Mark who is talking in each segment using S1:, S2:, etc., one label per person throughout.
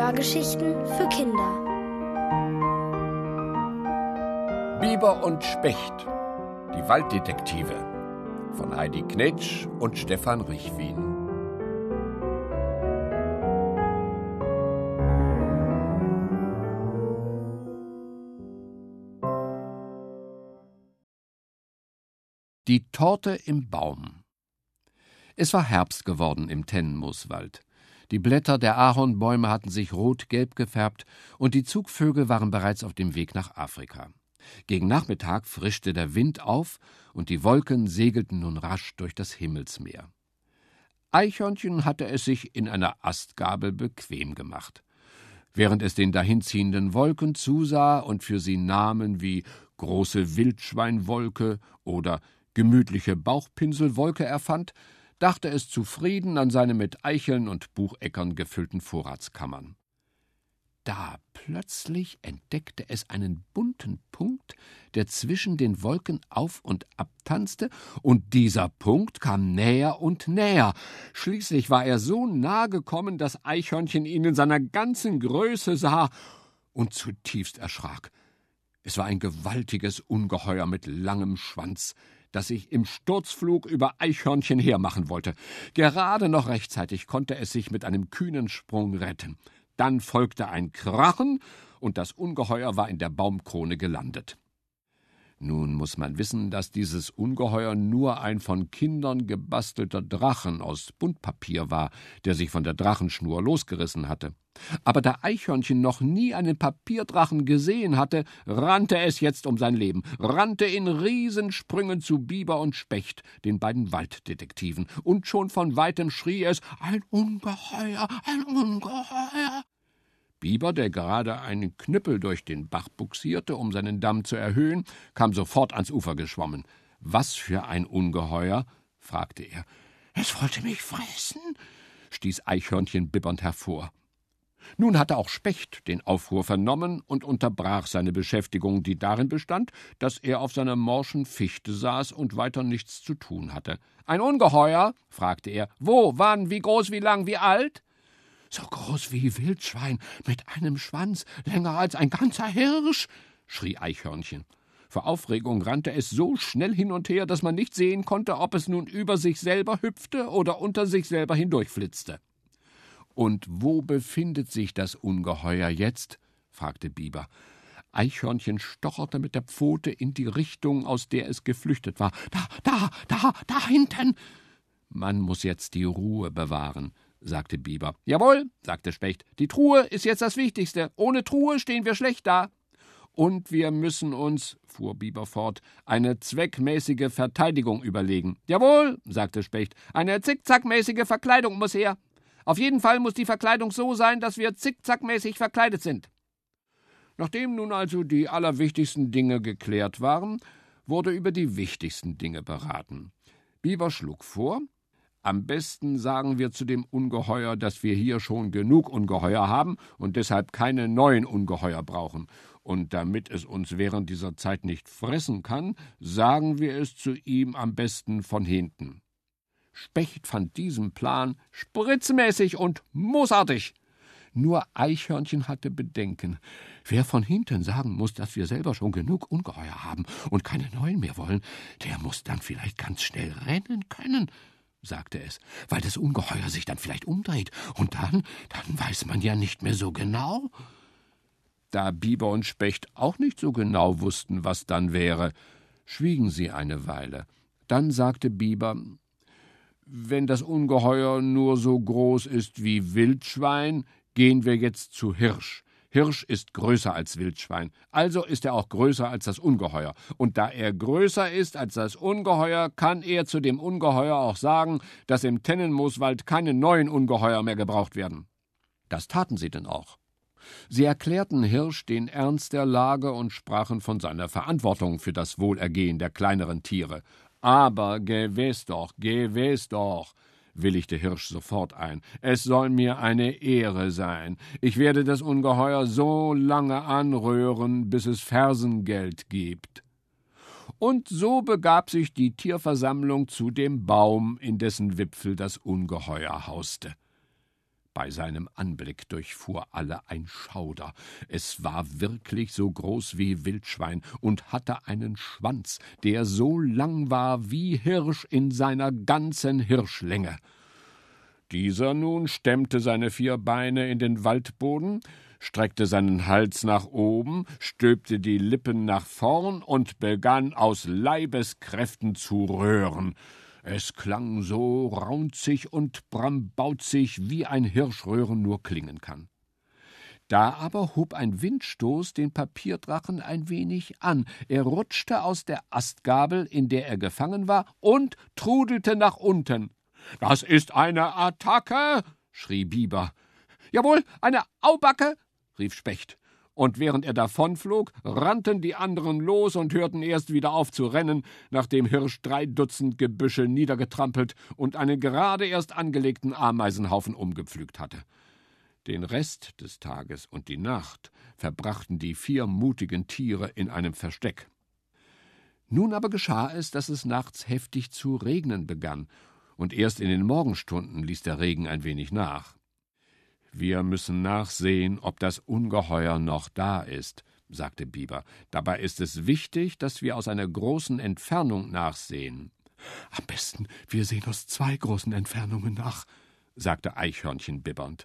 S1: Hörgeschichten für Kinder.
S2: Biber und Specht, die Walddetektive von Heidi Knetsch und Stefan Richwin. Die Torte im Baum. Es war Herbst geworden im Tennenmooswald. Die Blätter der Ahornbäume hatten sich rot-gelb gefärbt und die Zugvögel waren bereits auf dem Weg nach Afrika. Gegen Nachmittag frischte der Wind auf und die Wolken segelten nun rasch durch das Himmelsmeer. Eichhörnchen hatte es sich in einer Astgabel bequem gemacht. Während es den dahinziehenden Wolken zusah und für sie Namen wie große Wildschweinwolke oder gemütliche Bauchpinselwolke erfand, dachte es zufrieden an seine mit Eicheln und Bucheckern gefüllten Vorratskammern. Da plötzlich entdeckte es einen bunten Punkt, der zwischen den Wolken auf und ab tanzte, und dieser Punkt kam näher und näher. Schließlich war er so nah gekommen, dass Eichhörnchen ihn in seiner ganzen Größe sah und zutiefst erschrak. Es war ein gewaltiges Ungeheuer mit langem Schwanz, das sich im Sturzflug über Eichhörnchen hermachen wollte. Gerade noch rechtzeitig konnte es sich mit einem kühnen Sprung retten. Dann folgte ein Krachen, und das Ungeheuer war in der Baumkrone gelandet. Nun muss man wissen, dass dieses Ungeheuer nur ein von Kindern gebastelter Drachen aus Buntpapier war, der sich von der Drachenschnur losgerissen hatte. Aber da Eichhörnchen noch nie einen Papierdrachen gesehen hatte, rannte es jetzt um sein Leben, rannte in Riesensprüngen zu Biber und Specht, den beiden Walddetektiven, und schon von weitem schrie es: »Ein Ungeheuer, ein Ungeheuer!« Biber, der gerade einen Knüppel durch den Bach buxierte, um seinen Damm zu erhöhen, kam sofort ans Ufer geschwommen. »Was für ein Ungeheuer?« fragte er. »Es wollte mich fressen«, stieß Eichhörnchen bibbernd hervor. Nun hatte auch Specht den Aufruhr vernommen und unterbrach seine Beschäftigung, die darin bestand, dass er auf seiner morschen Fichte saß und weiter nichts zu tun hatte. »Ein Ungeheuer?« fragte er. »Wo, wann, wie groß, wie lang, wie alt?« »So groß wie Wildschwein, mit einem Schwanz, länger als ein ganzer Hirsch«, schrie Eichhörnchen. Vor Aufregung rannte es so schnell hin und her, dass man nicht sehen konnte, ob es nun über sich selber hüpfte oder unter sich selber hindurchflitzte. »Und wo befindet sich das Ungeheuer jetzt?« fragte Biber. Eichhörnchen stocherte mit der Pfote in die Richtung, aus der es geflüchtet war. Da hinten!« »Man muss jetzt die Ruhe bewahren«, sagte Biber. »Jawohl«, sagte Specht, »die Truhe ist jetzt das Wichtigste. Ohne Truhe stehen wir schlecht da.« »Und wir müssen uns«, fuhr Biber fort, »eine zweckmäßige Verteidigung überlegen.« »Jawohl«, sagte Specht, »eine zickzackmäßige Verkleidung muss her. Auf jeden Fall muss die Verkleidung so sein, dass wir zickzackmäßig verkleidet sind.« Nachdem nun also die allerwichtigsten Dinge geklärt waren, wurde über die wichtigsten Dinge beraten. Biber schlug vor: »Am besten sagen wir zu dem Ungeheuer, dass wir hier schon genug Ungeheuer haben und deshalb keine neuen Ungeheuer brauchen. Und damit es uns während dieser Zeit nicht fressen kann, sagen wir es zu ihm am besten von hinten.« Specht fand diesen Plan spritzmäßig und moosartig. Nur Eichhörnchen hatte Bedenken. Wer von hinten sagen muss, dass wir selber schon genug Ungeheuer haben und keine neuen mehr wollen, der muss dann vielleicht ganz schnell rennen können, sagte es, weil das Ungeheuer sich dann vielleicht umdreht, und dann weiß man ja nicht mehr so genau. Da Biber und Specht auch nicht so genau wussten, was dann wäre, schwiegen sie eine Weile. Dann sagte Biber: »Wenn das Ungeheuer nur so groß ist wie Wildschwein, gehen wir jetzt zu Hirsch. Hirsch ist größer als Wildschwein, also ist er auch größer als das Ungeheuer. Und da er größer ist als das Ungeheuer, kann er zu dem Ungeheuer auch sagen, dass im Tennenmooswald keine neuen Ungeheuer mehr gebraucht werden.« Das taten sie denn auch. Sie erklärten Hirsch den Ernst der Lage und sprachen von seiner Verantwortung für das Wohlergehen der kleineren Tiere. »Aber gewiss doch, willigte Hirsch sofort ein. »Es soll mir eine Ehre sein. Ich werde das Ungeheuer so lange anrühren, bis es Fersengeld gibt.« Und so begab sich die Tierversammlung zu dem Baum, in dessen Wipfel das Ungeheuer hauste. Bei seinem Anblick durchfuhr alle ein Schauder. Es war wirklich so groß wie Wildschwein und hatte einen Schwanz, der so lang war wie Hirsch in seiner ganzen Hirschlänge. Dieser nun stemmte seine 4 Beine in den Waldboden, streckte seinen Hals nach oben, stülpte die Lippen nach vorn und begann aus Leibeskräften zu röhren. Es klang so raunzig und brambauzig, wie ein Hirschröhren nur klingen kann. Da aber hob ein Windstoß den Papierdrachen ein wenig an. Er rutschte aus der Astgabel, in der er gefangen war, und trudelte nach unten. »Das ist eine Attacke«, schrie Biber. »Jawohl, eine Aubacke«, rief Specht. Und während er davonflog, rannten die anderen los und hörten erst wieder auf zu rennen, nachdem Hirsch 3 Dutzend Gebüsche niedergetrampelt und einen gerade erst angelegten Ameisenhaufen umgepflügt hatte. Den Rest des Tages und die Nacht verbrachten die 4 mutigen Tiere in einem Versteck. Nun aber geschah es, dass es nachts heftig zu regnen begann, und erst in den Morgenstunden ließ der Regen ein wenig nach. »Wir müssen nachsehen, ob das Ungeheuer noch da ist«, sagte Biber. »Dabei ist es wichtig, dass wir aus einer großen Entfernung nachsehen.« »Am besten, wir sehen aus 2 großen Entfernungen nach«, sagte Eichhörnchen bibbernd.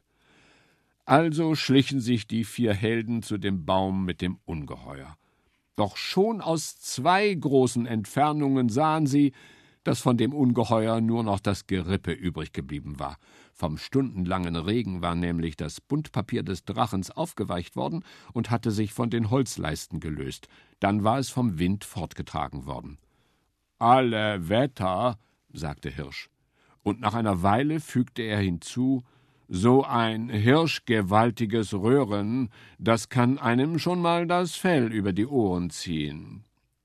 S2: Also schlichen sich die 4 Helden zu dem Baum mit dem Ungeheuer. Doch schon aus 2 großen Entfernungen sahen sie, dass von dem Ungeheuer nur noch das Gerippe übrig geblieben war. Vom stundenlangen Regen war nämlich das Buntpapier des Drachens aufgeweicht worden und hatte sich von den Holzleisten gelöst. Dann war es vom Wind fortgetragen worden. »Alle Wetter«, sagte Hirsch. Und nach einer Weile fügte er hinzu, »so ein hirschgewaltiges Röhren, das kann einem schon mal das Fell über die Ohren ziehen.«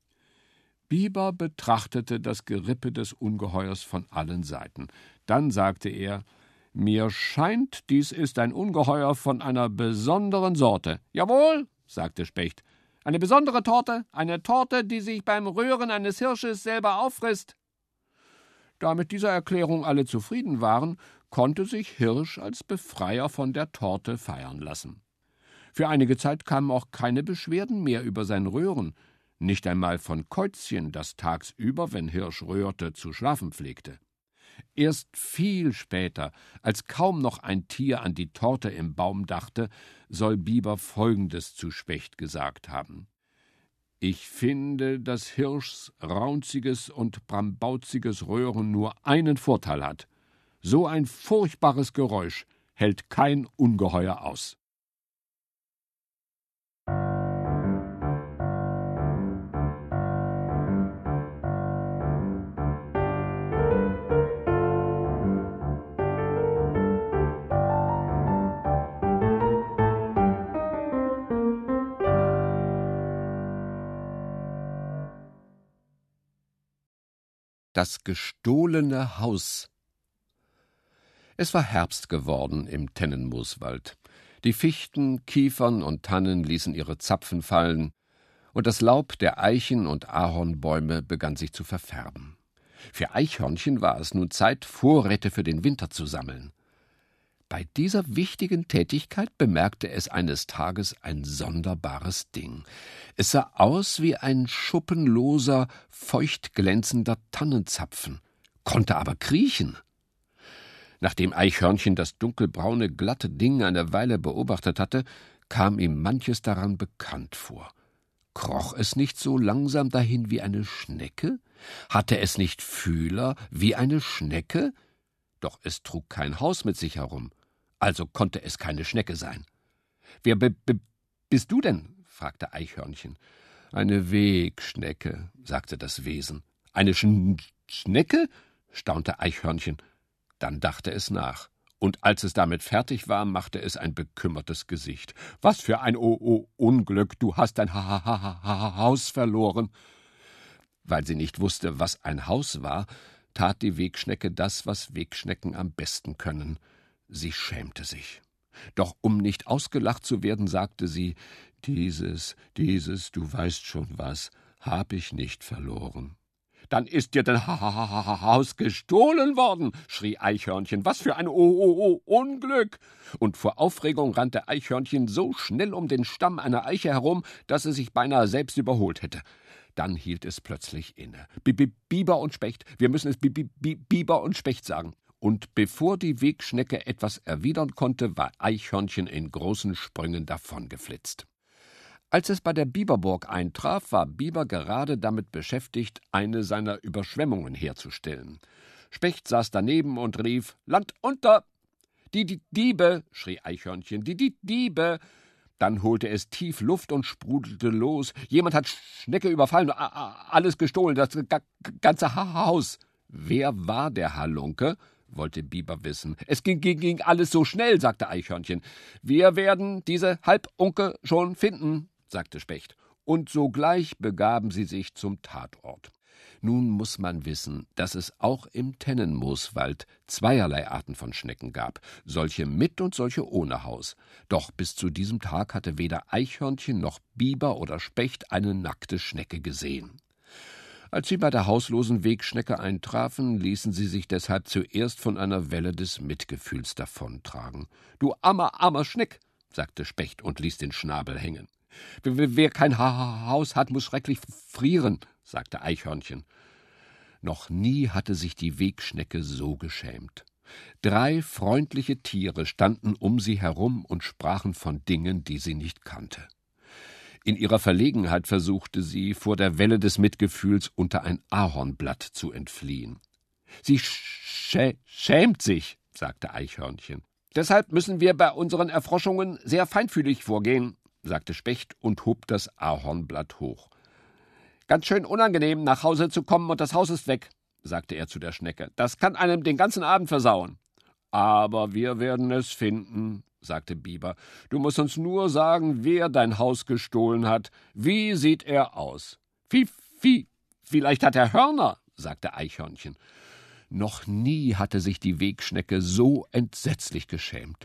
S2: Biber betrachtete das Gerippe des Ungeheuers von allen Seiten. Dann sagte er, »Mir scheint, dies ist ein Ungeheuer von einer besonderen Sorte.« »Jawohl«, sagte Specht, »eine besondere Torte, eine Torte, die sich beim Röhren eines Hirsches selber auffrisst.« Da mit dieser Erklärung alle zufrieden waren, konnte sich Hirsch als Befreier von der Torte feiern lassen. Für einige Zeit kamen auch keine Beschwerden mehr über sein Röhren, nicht einmal von Käuzchen, das tagsüber, wenn Hirsch röhrte, zu schlafen pflegte. Erst viel später, als kaum noch ein Tier an die Torte im Baum dachte, soll Biber Folgendes zu Specht gesagt haben: »Ich finde, dass Hirschs raunziges und brambauziges Röhren nur einen Vorteil hat. So ein furchtbares Geräusch hält kein Ungeheuer aus.« Das gestohlene Haus. Es war Herbst geworden im Tennenmooswald. Die Fichten, Kiefern und Tannen ließen ihre Zapfen fallen, und das Laub der Eichen- und Ahornbäume begann sich zu verfärben. Für Eichhörnchen war es nun Zeit, Vorräte für den Winter zu sammeln. Bei dieser wichtigen Tätigkeit bemerkte es eines Tages ein sonderbares Ding. Es sah aus wie ein schuppenloser, feucht glänzender Tannenzapfen, konnte aber kriechen. Nachdem Eichhörnchen das dunkelbraune, glatte Ding eine Weile beobachtet hatte, kam ihm manches daran bekannt vor. Kroch es nicht so langsam dahin wie eine Schnecke? Hatte es nicht Fühler wie eine Schnecke? Doch es trug kein Haus mit sich herum. Also konnte es keine Schnecke sein. »Wer bist du denn?« fragte Eichhörnchen. »Eine Wegschnecke«, sagte das Wesen. »Eine Schnecke?« staunte Eichhörnchen. Dann dachte es nach. Und als es damit fertig war, machte es ein bekümmertes Gesicht. »Was für ein Unglück, du hast dein Haus verloren.« Weil sie nicht wusste, was ein Haus war, tat die Wegschnecke das, was Wegschnecken am besten können. Sie schämte sich. Doch um nicht ausgelacht zu werden, sagte sie, Dieses, du weißt schon was, hab ich nicht verloren. dann ist dir dein Haus gestohlen worden«, schrie Eichhörnchen. »Was für ein Unglück!« Und vor Aufregung rannte Eichhörnchen so schnell um den Stamm einer Eiche herum, dass es sich beinahe selbst überholt hätte. Dann hielt es plötzlich inne. »Biber und Specht, wir müssen es Biber und Specht sagen.« Und bevor die Wegschnecke etwas erwidern konnte, war Eichhörnchen in großen Sprüngen davongeflitzt. Als es bei der Biberburg eintraf, war Biber gerade damit beschäftigt, eine seiner Überschwemmungen herzustellen. Specht saß daneben und rief: »Land unter!« Die Diebe«, schrie Eichhörnchen, die Diebe!« Dann holte es tief Luft und sprudelte los: »Jemand hat Schnecke überfallen, alles gestohlen, das ganze Haus.« »Wer war der Halunke?«, wollte Biber wissen. »Es ging alles so schnell«, sagte Eichhörnchen. »Wir werden diese Halbunke schon finden«, sagte Specht. Und sogleich begaben sie sich zum Tatort. Nun muss man wissen, dass es auch im Tennenmooswald zweierlei Arten von Schnecken gab, solche mit und solche ohne Haus. Doch bis zu diesem Tag hatte weder Eichhörnchen noch Biber oder Specht eine nackte Schnecke gesehen. Als sie bei der hauslosen Wegschnecke eintrafen, ließen sie sich deshalb zuerst von einer Welle des Mitgefühls davontragen. »Du armer Schneck«, sagte Specht und ließ den Schnabel hängen. »Wer kein Haus hat, muss schrecklich frieren«, sagte Eichhörnchen. Noch nie hatte sich die Wegschnecke so geschämt. 3 freundliche Tiere standen um sie herum und sprachen von Dingen, die sie nicht kannte. In ihrer Verlegenheit versuchte sie, vor der Welle des Mitgefühls unter ein Ahornblatt zu entfliehen. »Sie schämt sich«, sagte Eichhörnchen. »Deshalb müssen wir bei unseren Erfroschungen sehr feinfühlig vorgehen«, sagte Specht und hob das Ahornblatt hoch. »Ganz schön unangenehm, nach Hause zu kommen und das Haus ist weg«, sagte er zu der Schnecke. »Das kann einem den ganzen Abend versauen.« »Aber wir werden es finden«, sagte Biber. »Du musst uns nur sagen, wer dein Haus gestohlen hat. Wie sieht er aus?« Vielleicht hat er Hörner«, sagte Eichhörnchen. Noch nie hatte sich die Wegschnecke so entsetzlich geschämt.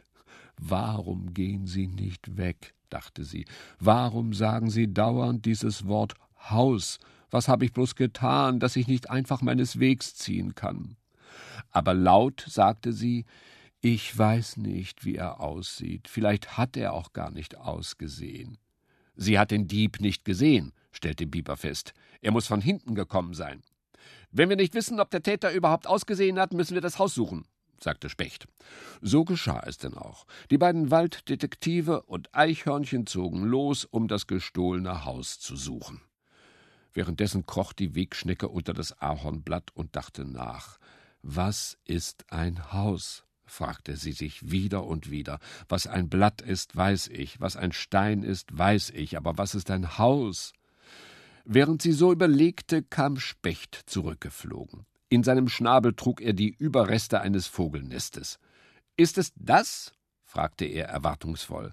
S2: »Warum gehen Sie nicht weg?«, dachte sie. »Warum sagen Sie dauernd dieses Wort Haus? Was habe ich bloß getan, dass ich nicht einfach meines Wegs ziehen kann?« Aber laut sagte sie: »Ich weiß nicht, wie er aussieht. Vielleicht hat er auch gar nicht ausgesehen.« »Sie hat den Dieb nicht gesehen«, stellte Biber fest. »Er muss von hinten gekommen sein.« »Wenn wir nicht wissen, ob der Täter überhaupt ausgesehen hat, müssen wir das Haus suchen«, sagte Specht. So geschah es denn auch. Die beiden Walddetektive und Eichhörnchen zogen los, um das gestohlene Haus zu suchen. Währenddessen kroch die Wegschnecke unter das Ahornblatt und dachte nach. »Was ist ein Haus?«, fragte sie sich wieder und wieder. »Was ein Blatt ist, weiß ich, was ein Stein ist, weiß ich, aber was ist ein Haus?« Während sie so überlegte, kam Specht zurückgeflogen. In seinem Schnabel trug er die Überreste eines Vogelnestes. »Ist es das?«, fragte er erwartungsvoll.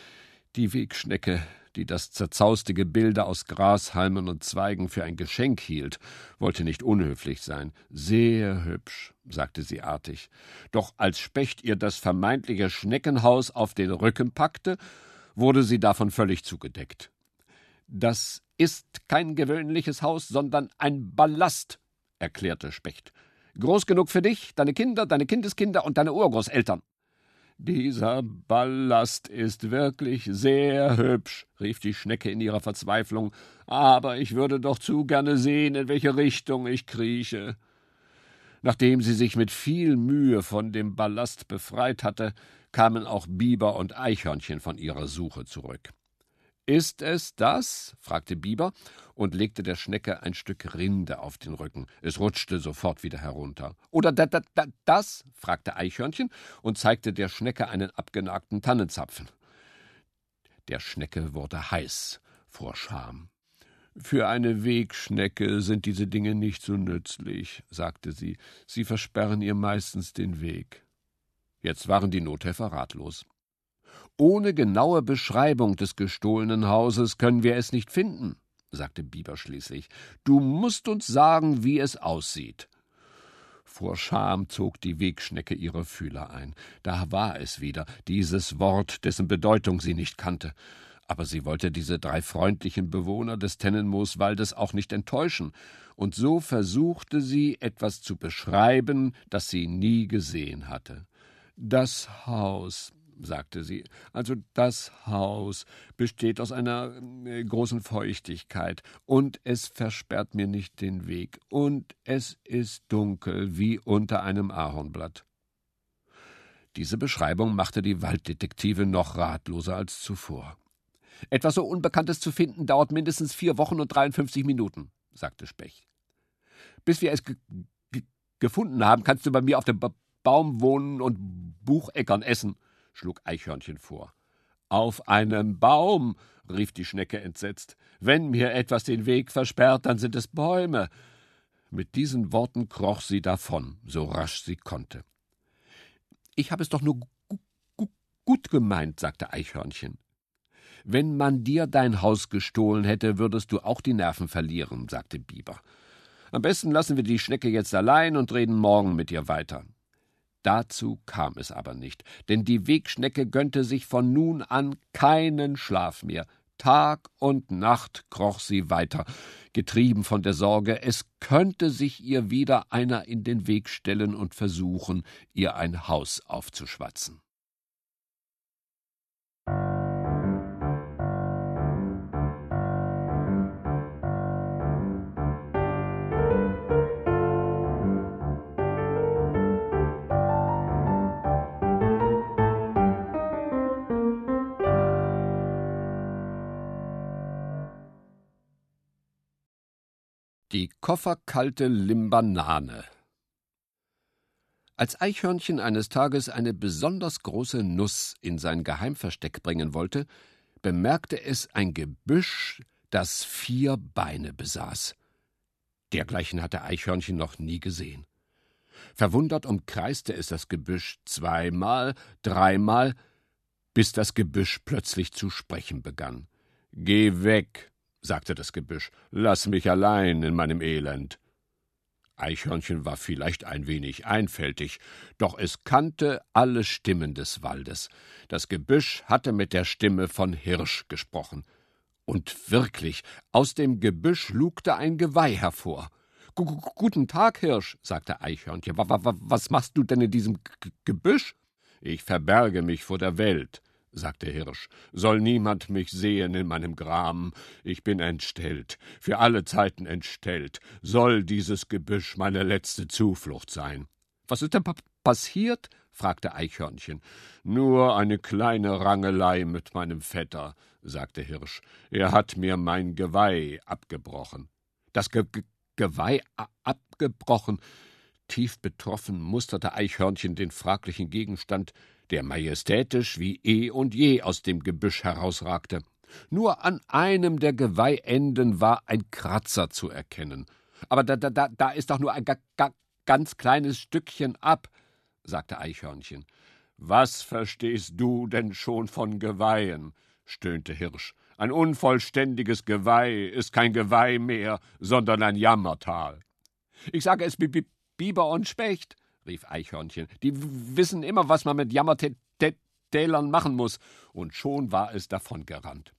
S2: Die Wegschnecke, die das zerzauste Gebilde aus Grashalmen und Zweigen für ein Geschenk hielt, wollte nicht unhöflich sein. »Sehr hübsch«, sagte sie artig. Doch als Specht ihr das vermeintliche Schneckenhaus auf den Rücken packte, wurde sie davon völlig zugedeckt. »Das ist kein gewöhnliches Haus, sondern ein Ballast«, erklärte Specht. »Groß genug für dich, deine Kinder, deine Kindeskinder und deine Urgroßeltern.« »Dieser Ballast ist wirklich sehr hübsch«, rief die Schnecke in ihrer Verzweiflung, »aber ich würde doch zu gerne sehen, in welche Richtung ich krieche.« Nachdem sie sich mit viel Mühe von dem Ballast befreit hatte, kamen auch Biber und Eichhörnchen von ihrer Suche zurück. »Ist es das?«, fragte Biber und legte der Schnecke ein Stück Rinde auf den Rücken. Es rutschte sofort wieder herunter. »Oder das?«, fragte Eichhörnchen und zeigte der Schnecke einen abgenagten Tannenzapfen. Der Schnecke wurde heiß vor Scham. »Für eine Wegschnecke sind diese Dinge nicht so nützlich«, sagte sie. »Sie versperren ihr meistens den Weg.« Jetzt waren die Nothelfer ratlos. »Ohne genaue Beschreibung des gestohlenen Hauses können wir es nicht finden«, sagte Biber schließlich. »Du musst uns sagen, wie es aussieht.« Vor Scham zog die Wegschnecke ihre Fühler ein. Da war es wieder, dieses Wort, dessen Bedeutung sie nicht kannte. Aber sie wollte diese 3 freundlichen Bewohner des Tennenmooswaldes auch nicht enttäuschen, und so versuchte sie, etwas zu beschreiben, das sie nie gesehen hatte. »Das Haus«, sagte sie, »also das Haus besteht aus einer großen Feuchtigkeit, und es versperrt mir nicht den Weg, und es ist dunkel wie unter einem Ahornblatt.« Diese Beschreibung machte die Walddetektive noch ratloser als zuvor. »Etwas so Unbekanntes zu finden, dauert mindestens 4 Wochen und 53 Minuten«, sagte Specht. »Bis wir es gefunden haben, kannst du bei mir auf dem Baum wohnen und Bucheckern essen«, schlug Eichhörnchen vor. »Auf einem Baum«, rief die Schnecke entsetzt. »Wenn mir etwas den Weg versperrt, dann sind es Bäume.« Mit diesen Worten kroch sie davon, so rasch sie konnte. »Ich habe es doch nur gut gemeint«, sagte Eichhörnchen. »Wenn man dir dein Haus gestohlen hätte, würdest du auch die Nerven verlieren«, sagte Biber. »Am besten lassen wir die Schnecke jetzt allein und reden morgen mit ihr weiter.« Dazu kam es aber nicht, denn die Wegschnecke gönnte sich von nun an keinen Schlaf mehr. Tag und Nacht kroch sie weiter, getrieben von der Sorge, es könnte sich ihr wieder einer in den Weg stellen und versuchen, ihr ein Haus aufzuschwatzen. Die kofferkalte Limbanane. Als Eichhörnchen eines Tages eine besonders große Nuss in sein Geheimversteck bringen wollte, bemerkte es ein Gebüsch, das 4 Beine besaß. Dergleichen hatte Eichhörnchen noch nie gesehen. Verwundert umkreiste es das Gebüsch 2-mal, 3-mal, bis das Gebüsch plötzlich zu sprechen begann. »Geh weg«, sagte das Gebüsch, »lass mich allein in meinem Elend.« Eichhörnchen war vielleicht ein wenig einfältig, doch es kannte alle Stimmen des Waldes. Das Gebüsch hatte mit der Stimme von Hirsch gesprochen. Und wirklich, aus dem Gebüsch lugte ein Geweih hervor. »Guten Tag, Hirsch«, sagte Eichhörnchen. »Was machst du denn in diesem Gebüsch?« »Ich verberge mich vor der Welt«, sagte Hirsch. »Soll niemand mich sehen in meinem Gram. Ich bin entstellt, für alle Zeiten entstellt. Soll dieses Gebüsch meine letzte Zuflucht sein.« »Was ist denn passiert?« fragte Eichhörnchen. »Nur eine kleine Rangelei mit meinem Vetter«, sagte Hirsch. »Er hat mir mein Geweih abgebrochen.« »Das Geweih abgebrochen?« Tief betroffen musterte Eichhörnchen den fraglichen Gegenstand, der majestätisch wie eh und je aus dem Gebüsch herausragte. Nur an einem der Geweihenden war ein Kratzer zu erkennen. »Aber da ist doch nur ein ganz kleines Stückchen ab«, sagte Eichhörnchen. »Was verstehst du denn schon von Geweihen?« stöhnte Hirsch. »Ein unvollständiges Geweih ist kein Geweih mehr, sondern ein Jammertal.« »Ich sage es Biber und Specht«, rief Eichhörnchen. »Die wissen immer, was man mit Jammertälern machen muss.« Und schon war es davongerannt.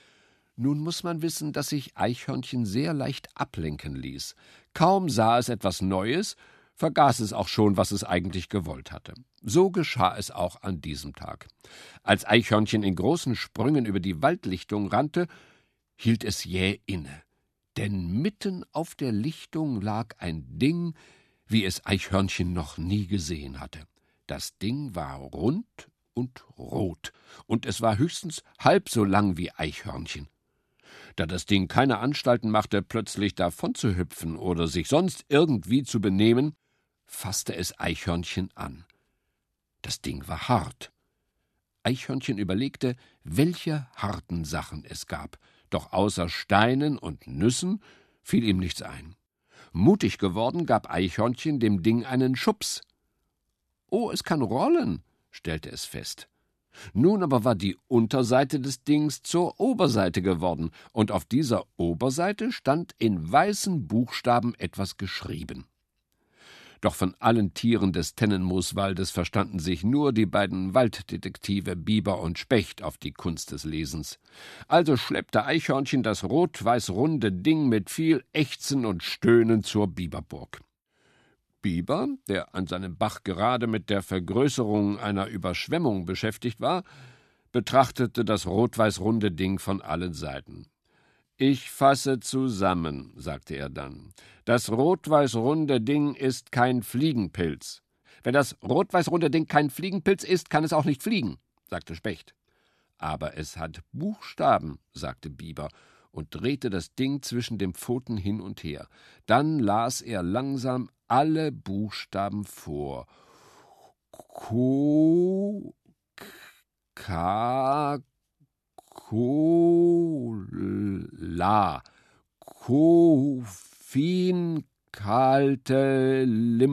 S2: Nun muß man wissen, dass sich Eichhörnchen sehr leicht ablenken ließ. Kaum sah es etwas Neues, vergaß es auch schon, was es eigentlich gewollt hatte. So geschah es auch an diesem Tag. Als Eichhörnchen in großen Sprüngen über die Waldlichtung rannte, hielt es jäh inne. Denn mitten auf der Lichtung lag ein Ding, wie es Eichhörnchen noch nie gesehen hatte. Das Ding war rund und rot, und es war höchstens halb so lang wie Eichhörnchen. Da das Ding keine Anstalten machte, plötzlich davonzuhüpfen oder sich sonst irgendwie zu benehmen, fasste es Eichhörnchen an. Das Ding war hart. Eichhörnchen überlegte, welche harten Sachen es gab, doch außer Steinen und Nüssen fiel ihm nichts ein. Mutig geworden, gab Eichhörnchen dem Ding einen Schubs. »Oh, es kann rollen«, stellte es fest. Nun aber war die Unterseite des Dings zur Oberseite geworden, und auf dieser Oberseite stand in weißen Buchstaben etwas geschrieben. Doch von allen Tieren des Tennenmooswaldes verstanden sich nur die beiden Walddetektive Biber und Specht auf die Kunst des Lesens. Also schleppte Eichhörnchen das rot-weiß-runde Ding mit viel Ächzen und Stöhnen zur Biberburg. Biber, der an seinem Bach gerade mit der Vergrößerung einer Überschwemmung beschäftigt war, betrachtete das rot-weiß-runde Ding von allen Seiten. »Ich fasse zusammen«, sagte er dann. »Das rot-weiß-runde Ding ist kein Fliegenpilz.« »Wenn das rot-weiß-runde Ding kein Fliegenpilz ist, kann es auch nicht fliegen«, sagte Specht. »Aber es hat Buchstaben«, sagte Biber und drehte das Ding zwischen den Pfoten hin und her. Dann las er langsam alle Buchstaben vor. Cola, Kofin, kalte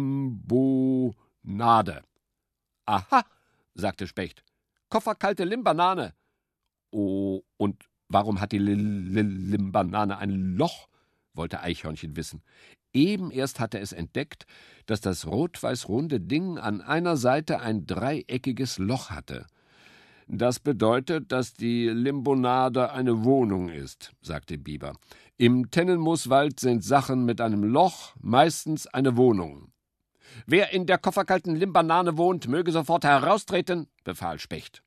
S2: Limbonade. »Aha«, sagte Specht, »Kofferkalte Limbanane.« »Oh, und warum hat die Limbanane ein Loch?«, wollte Eichhörnchen wissen. Eben erst hatte es entdeckt, dass das rot-weiß-runde Ding an einer Seite ein dreieckiges Loch hatte. »Das bedeutet, dass die Limbonade eine Wohnung ist«, sagte Biber. »Im Tennenmooswald sind Sachen mit einem Loch meistens eine Wohnung.« »Wer in der kofferkalten Limbanane wohnt, möge sofort heraustreten«, befahl Specht.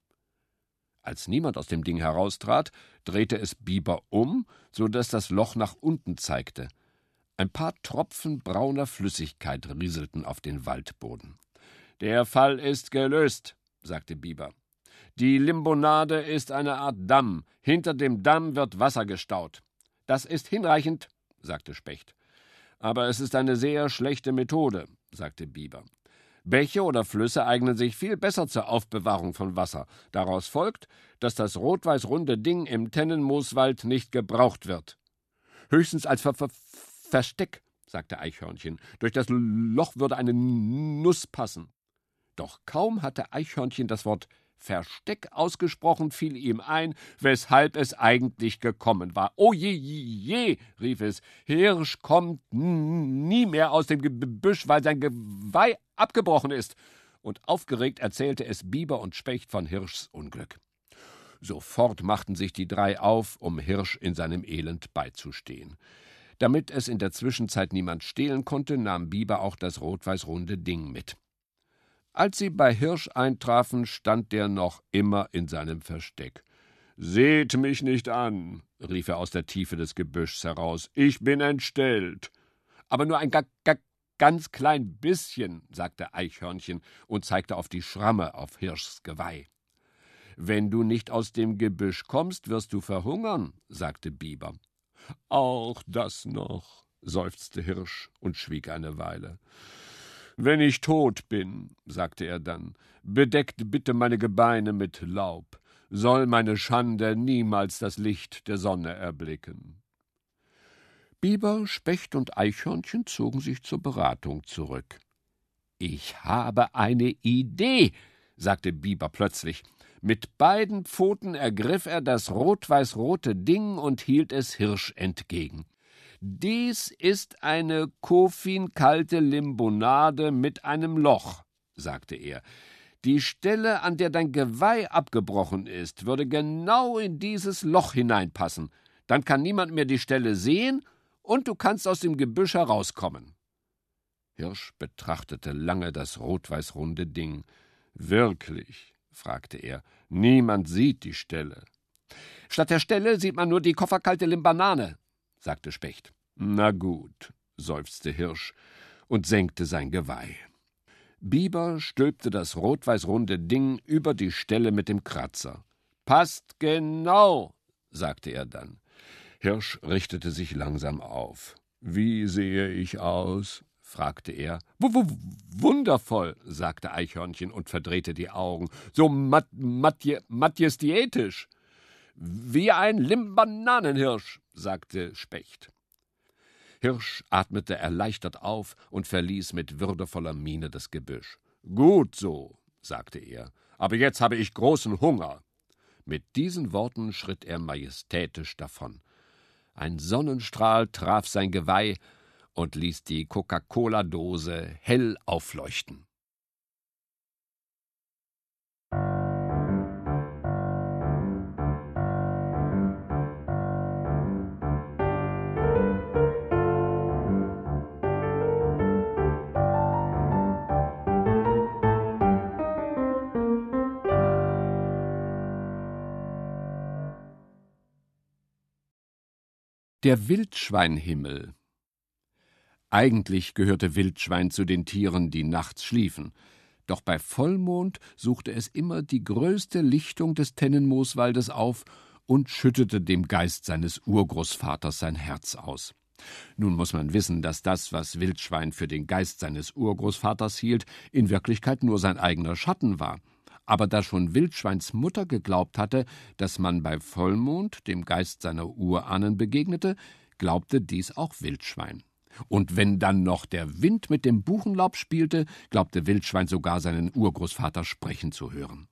S2: Als niemand aus dem Ding heraustrat, drehte es Biber um, so dass das Loch nach unten zeigte. Ein paar Tropfen brauner Flüssigkeit rieselten auf den Waldboden. »Der Fall ist gelöst«, sagte Biber. »Die Limbonade ist eine Art Damm. Hinter dem Damm wird Wasser gestaut.« »Das ist hinreichend«, sagte Specht. »Aber es ist eine sehr schlechte Methode«, sagte Biber. »Bäche oder Flüsse eignen sich viel besser zur Aufbewahrung von Wasser. Daraus folgt, dass das rot-weiß-runde Ding im Tennenmooswald nicht gebraucht wird.« »Höchstens als Versteck«, sagte Eichhörnchen. »Durch das Loch würde eine Nuss passen.« Doch kaum hatte Eichhörnchen das Wort Versteck ausgesprochen, fiel ihm ein, weshalb es eigentlich gekommen war. »Oh je«, rief es, »Hirsch kommt nie mehr aus dem Gebüsch, weil sein Geweih abgebrochen ist.« Und aufgeregt erzählte es Biber und Specht von Hirschs Unglück. Sofort machten sich die drei auf, um Hirsch in seinem Elend beizustehen. Damit es in der Zwischenzeit niemand stehlen konnte, nahm Biber auch das rot-weiß-runde Ding mit. Als sie bei Hirsch eintrafen, stand der noch immer in seinem Versteck. »Seht mich nicht an«, rief er aus der Tiefe des Gebüschs heraus, »ich bin entstellt.« »Aber nur ein ganz klein bisschen«, sagte Eichhörnchen und zeigte auf die Schramme auf Hirschs Geweih. »Wenn du nicht aus dem Gebüsch kommst, wirst du verhungern«, sagte Biber. »Auch das noch«, seufzte Hirsch und schwieg eine Weile. »Wenn ich tot bin«, sagte er dann, »bedeckt bitte meine Gebeine mit Laub. Soll meine Schande niemals das Licht der Sonne erblicken.« Biber, Specht und Eichhörnchen zogen sich zur Beratung zurück. »Ich habe eine Idee«, sagte Biber plötzlich. Mit beiden Pfoten ergriff er das rot-weiß-rote Ding und hielt es Hirsch entgegen. »Dies ist eine kofinkalte Limbonade mit einem Loch«, sagte er. »Die Stelle, an der dein Geweih abgebrochen ist, würde genau in dieses Loch hineinpassen. Dann kann niemand mehr die Stelle sehen und du kannst aus dem Gebüsch herauskommen.« Hirsch betrachtete lange das rot-weiß-runde Ding. »Wirklich?«, fragte er. »Niemand sieht die Stelle.« »Statt der Stelle sieht man nur die kofferkalte Limbanane«, sagte Specht. »Na gut«, seufzte Hirsch und senkte sein Geweih. Biber stülpte das rot-weiß-runde Ding über die Stelle mit dem Kratzer. »Passt genau«, sagte er dann. Hirsch richtete sich langsam auf. »Wie sehe ich aus?«, fragte er. »Wundervoll«, sagte Eichhörnchen und verdrehte die Augen. »So majestätisch.« »Wie ein Limbananenhirsch«, sagte Specht. Hirsch atmete erleichtert auf und verließ mit würdevoller Miene das Gebüsch. »Gut so«, sagte er, »aber jetzt habe ich großen Hunger.« Mit diesen Worten schritt er majestätisch davon. Ein Sonnenstrahl traf sein Geweih, und ließ die Coca-Cola-Dose hell aufleuchten. Der Wildschweinhimmel. Eigentlich gehörte Wildschwein zu den Tieren, die nachts schliefen. Doch bei Vollmond suchte es immer die größte Lichtung des Tennenmooswaldes auf und schüttete dem Geist seines Urgroßvaters sein Herz aus. Nun muss man wissen, dass das, was Wildschwein für den Geist seines Urgroßvaters hielt, in Wirklichkeit nur sein eigener Schatten war. Aber da schon Wildschweins Mutter geglaubt hatte, dass man bei Vollmond dem Geist seiner Urahnen begegnete, glaubte dies auch Wildschwein. Und wenn dann noch der Wind mit dem Buchenlaub spielte, glaubte Wildschwein sogar seinen Urgroßvater sprechen zu hören.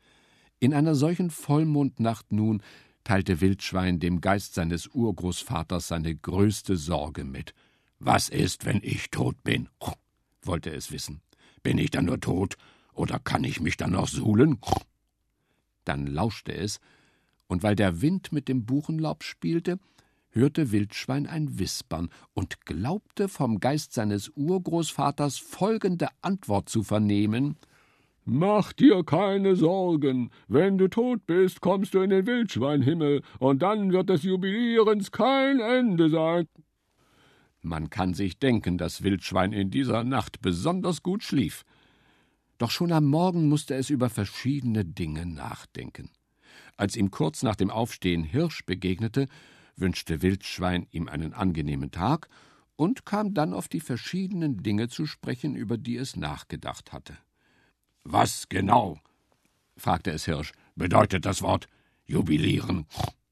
S2: In einer solchen Vollmondnacht nun teilte Wildschwein dem Geist seines Urgroßvaters seine größte Sorge mit. »Was ist, wenn ich tot bin?« wollte es wissen. »Bin ich dann nur tot? Oder kann ich mich dann noch suhlen?« Dann lauschte es, und weil der Wind mit dem Buchenlaub spielte, hörte Wildschwein ein Wispern und glaubte vom Geist seines Urgroßvaters folgende Antwort zu vernehmen: »Mach dir keine Sorgen, wenn du tot bist, kommst du in den Wildschweinhimmel, und dann wird des Jubilierens kein Ende sein.« Man kann sich denken, dass Wildschwein in dieser Nacht besonders gut schlief. Doch schon am Morgen musste es über verschiedene Dinge nachdenken. Als ihm kurz nach dem Aufstehen Hirsch begegnete, wünschte Wildschwein ihm einen angenehmen Tag und kam dann auf die verschiedenen Dinge zu sprechen, über die es nachgedacht hatte. »Was genau«, fragte es Hirsch, »bedeutet das Wort jubilieren?«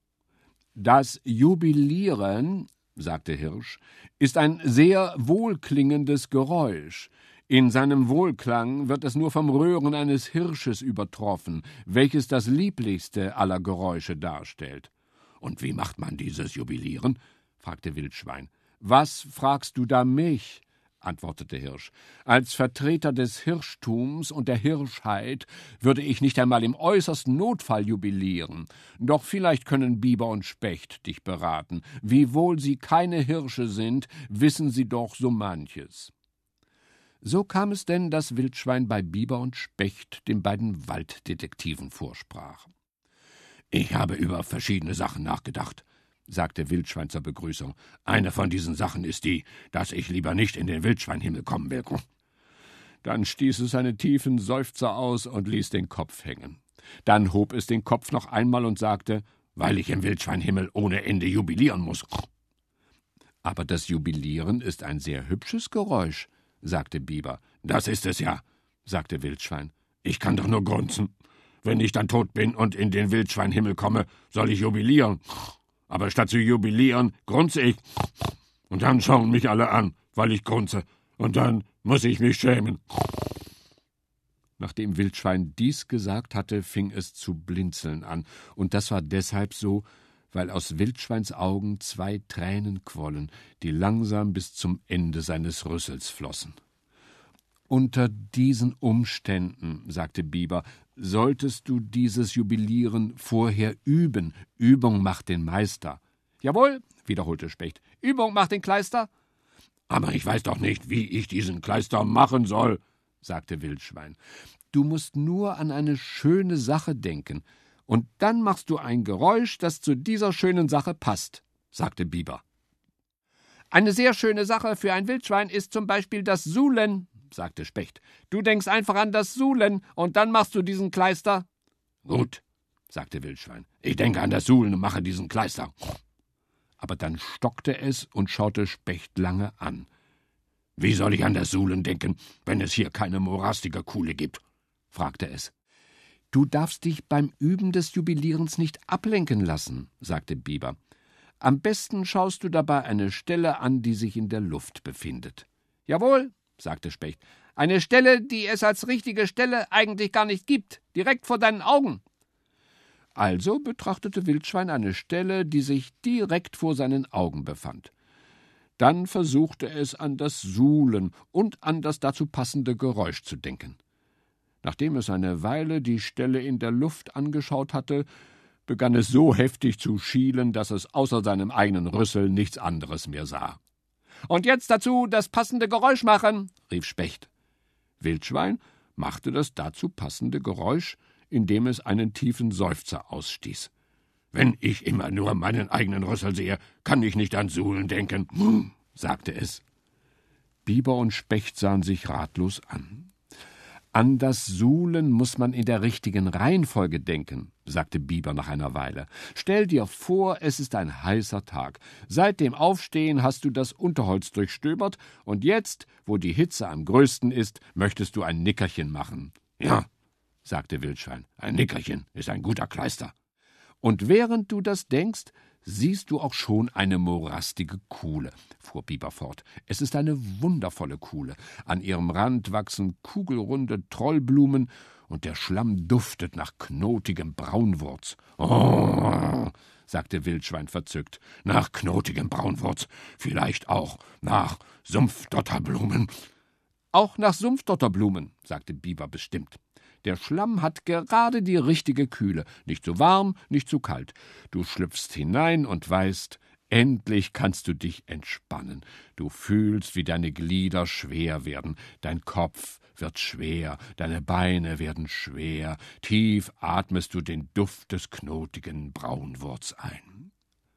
S2: »Das Jubilieren«, sagte Hirsch, »ist ein sehr wohlklingendes Geräusch. In seinem Wohlklang wird es nur vom Röhren eines Hirsches übertroffen, welches das lieblichste aller Geräusche darstellt.« »Und wie macht man dieses Jubilieren?« fragte Wildschwein. »Was fragst du da mich?« antwortete Hirsch. »Als Vertreter des Hirschtums und der Hirschheit würde ich nicht einmal im äußersten Notfall jubilieren. Doch vielleicht können Biber und Specht dich beraten. Wiewohl sie keine Hirsche sind, wissen sie doch so manches.« So kam es denn, dass Wildschwein bei Biber und Specht den beiden Walddetektiven vorsprach. »Ich habe über verschiedene Sachen nachgedacht«, sagte Wildschwein zur Begrüßung. »Eine von diesen Sachen ist die, dass ich lieber nicht in den Wildschweinhimmel kommen will.« Dann stieß es einen tiefen Seufzer aus und ließ den Kopf hängen. Dann hob es den Kopf noch einmal und sagte, »weil ich im Wildschweinhimmel ohne Ende jubilieren muss.« »Aber das Jubilieren ist ein sehr hübsches Geräusch«, sagte Biber. »Das ist es ja«, sagte Wildschwein. »Ich kann doch nur grunzen. Wenn ich dann tot bin und in den Wildschweinhimmel komme, soll ich jubilieren. Aber statt zu jubilieren, grunze ich. Und dann schauen mich alle an, weil ich grunze. Und dann muss ich mich schämen.« Nachdem Wildschwein dies gesagt hatte, fing es zu blinzeln an. Und das war deshalb so, weil aus Wildschweins Augen 2 Tränen quollen, die langsam bis zum Ende seines Rüssels flossen. »Unter diesen Umständen«, sagte Biber, »solltest du dieses Jubilieren vorher üben. Übung macht den Meister.« »Jawohl«, wiederholte Specht, »Übung macht den Kleister.« »Aber ich weiß doch nicht, wie ich diesen Kleister machen soll«, sagte Wildschwein. »Du musst nur an eine schöne Sache denken, und dann machst du ein Geräusch, das zu dieser schönen Sache passt«, sagte Biber. »Eine sehr schöne Sache für ein Wildschwein ist zum Beispiel das Suhlen«, sagte Specht. »Du denkst einfach an das Suhlen, und dann machst du diesen Kleister.« »Gut«, sagte Wildschwein. »Ich denke an das Suhlen und mache diesen Kleister.« Aber dann stockte es und schaute Specht lange an. »Wie soll ich an das Suhlen denken, wenn es hier keine morastige Kuhle gibt?« fragte es. »Du darfst dich beim Üben des Jubilierens nicht ablenken lassen«, sagte Biber. »Am besten schaust du dabei eine Stelle an, die sich in der Luft befindet.« »Jawohl«, sagte Specht, »eine Stelle, die es als richtige Stelle eigentlich gar nicht gibt, direkt vor deinen Augen.« Also betrachtete Wildschwein eine Stelle, die sich direkt vor seinen Augen befand. Dann versuchte es, an das Suhlen und an das dazu passende Geräusch zu denken. Nachdem es eine Weile die Stelle in der Luft angeschaut hatte, begann es so heftig zu schielen, dass es außer seinem eigenen Rüssel nichts anderes mehr sah. »Und jetzt dazu das passende Geräusch machen«, rief Specht. Wildschwein machte das dazu passende Geräusch, indem es einen tiefen Seufzer ausstieß. »Wenn ich immer nur meinen eigenen Rüssel sehe, kann ich nicht an Suhlen denken«, sagte es. Biber und Specht sahen sich ratlos an. »An das Suhlen muss man in der richtigen Reihenfolge denken«, sagte Biber nach einer Weile. »Stell dir vor, es ist ein heißer Tag. Seit dem Aufstehen hast du das Unterholz durchstöbert, und jetzt, wo die Hitze am größten ist, möchtest du ein Nickerchen machen.« »Ja«, sagte Wildschwein, »ein Nickerchen ist ein guter Kleister.« »Und während du das denkst, siehst du auch schon eine morastige Kuhle«, fuhr Biber fort. »Es ist eine wundervolle Kuhle. An ihrem Rand wachsen kugelrunde Trollblumen, und der Schlamm duftet nach knotigem Braunwurz.« »Oh«, sagte Wildschwein verzückt, »nach knotigem Braunwurz, vielleicht auch nach Sumpfdotterblumen.« »Auch nach Sumpfdotterblumen«, sagte Biber bestimmt. »Der Schlamm hat gerade die richtige Kühle, nicht zu warm, nicht zu kalt. Du schlüpfst hinein und weißt, endlich kannst du dich entspannen. Du fühlst, wie deine Glieder schwer werden, dein Kopf wird schwer, deine Beine werden schwer, tief atmest du den Duft des knotigen Braunwurz ein.«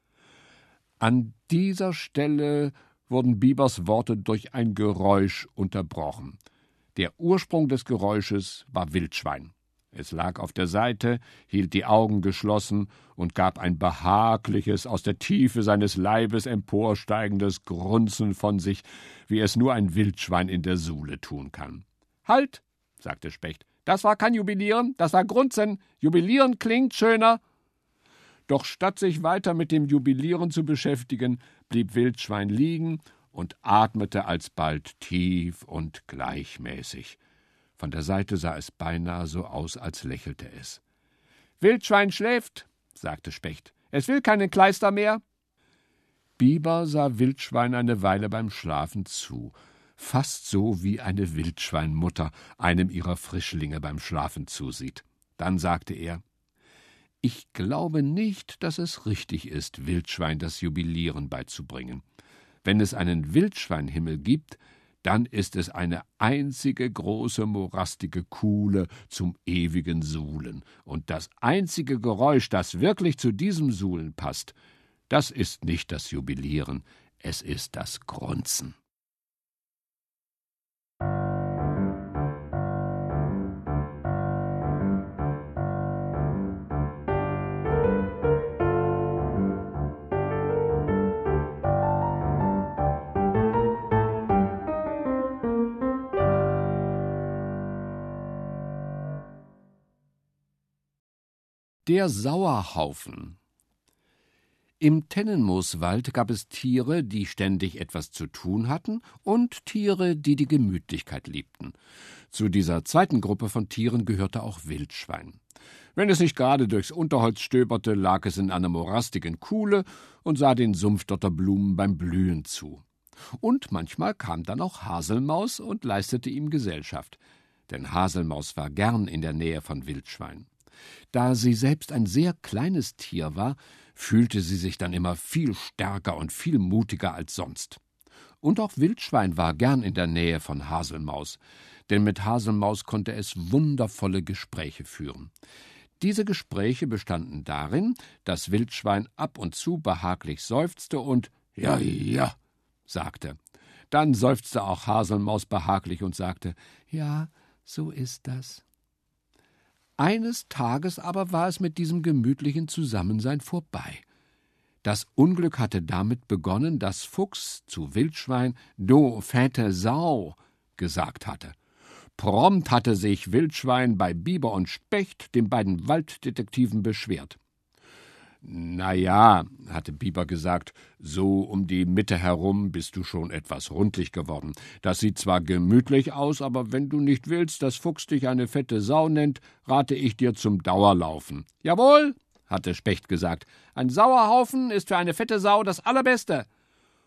S2: An dieser Stelle wurden Bibers Worte durch ein Geräusch unterbrochen. Der Ursprung des Geräusches war Wildschwein. Es lag auf der Seite, hielt die Augen geschlossen und gab ein behagliches, aus der Tiefe seines Leibes emporsteigendes Grunzen von sich, wie es nur ein Wildschwein in der Suhle tun kann. »Halt«, sagte Specht, »das war kein Jubilieren, das war Grunzen. Jubilieren klingt schöner.« Doch statt sich weiter mit dem Jubilieren zu beschäftigen, blieb Wildschwein liegen und atmete alsbald tief und gleichmäßig. Von der Seite sah es beinahe so aus, als lächelte es. »Wildschwein schläft«, sagte Specht. »Es will keine Kleister mehr.« Biber sah Wildschwein eine Weile beim Schlafen zu, fast so wie eine Wildschweinmutter einem ihrer Frischlinge beim Schlafen zusieht. Dann sagte er: »Ich glaube nicht, dass es richtig ist, Wildschwein das Jubilieren beizubringen. Wenn es einen Wildschweinhimmel gibt, dann ist es eine einzige große morastige Kuhle zum ewigen Suhlen. Und das einzige Geräusch, das wirklich zu diesem Suhlen passt, das ist nicht das Jubilieren, es ist das Grunzen.« Der Sauerhaufen. Im Tennenmooswald gab es Tiere, die ständig etwas zu tun hatten, und Tiere, die die Gemütlichkeit liebten. Zu dieser zweiten Gruppe von Tieren gehörte auch Wildschwein. Wenn es nicht gerade durchs Unterholz stöberte, lag es in einer morastigen Kuhle und sah den Sumpfdotterblumen beim Blühen zu. Und manchmal kam dann auch Haselmaus und leistete ihm Gesellschaft, denn Haselmaus war gern in der Nähe von Wildschwein. Da sie selbst ein sehr kleines Tier war, fühlte sie sich dann immer viel stärker und viel mutiger als sonst. Und auch Wildschwein war gern in der Nähe von Haselmaus, denn mit Haselmaus konnte es wundervolle Gespräche führen. Diese Gespräche bestanden darin, dass Wildschwein ab und zu behaglich seufzte und »Ja, ja« sagte. Dann seufzte auch Haselmaus behaglich und sagte »Ja, so ist das.« Eines Tages aber war es mit diesem gemütlichen Zusammensein vorbei. Das Unglück hatte damit begonnen, dass Fuchs zu Wildschwein »Du fette Sau« gesagt hatte. Prompt hatte sich Wildschwein bei Biber und Specht, den beiden Walddetektiven, beschwert. »Na ja«, hatte Biber gesagt, »so um die Mitte herum bist du schon etwas rundlich geworden. Das sieht zwar gemütlich aus, aber wenn du nicht willst, dass Fuchs dich eine fette Sau nennt, rate ich dir zum Dauerlaufen.« »Jawohl«, hatte Specht gesagt, »ein Sauerhaufen ist für eine fette Sau das Allerbeste.«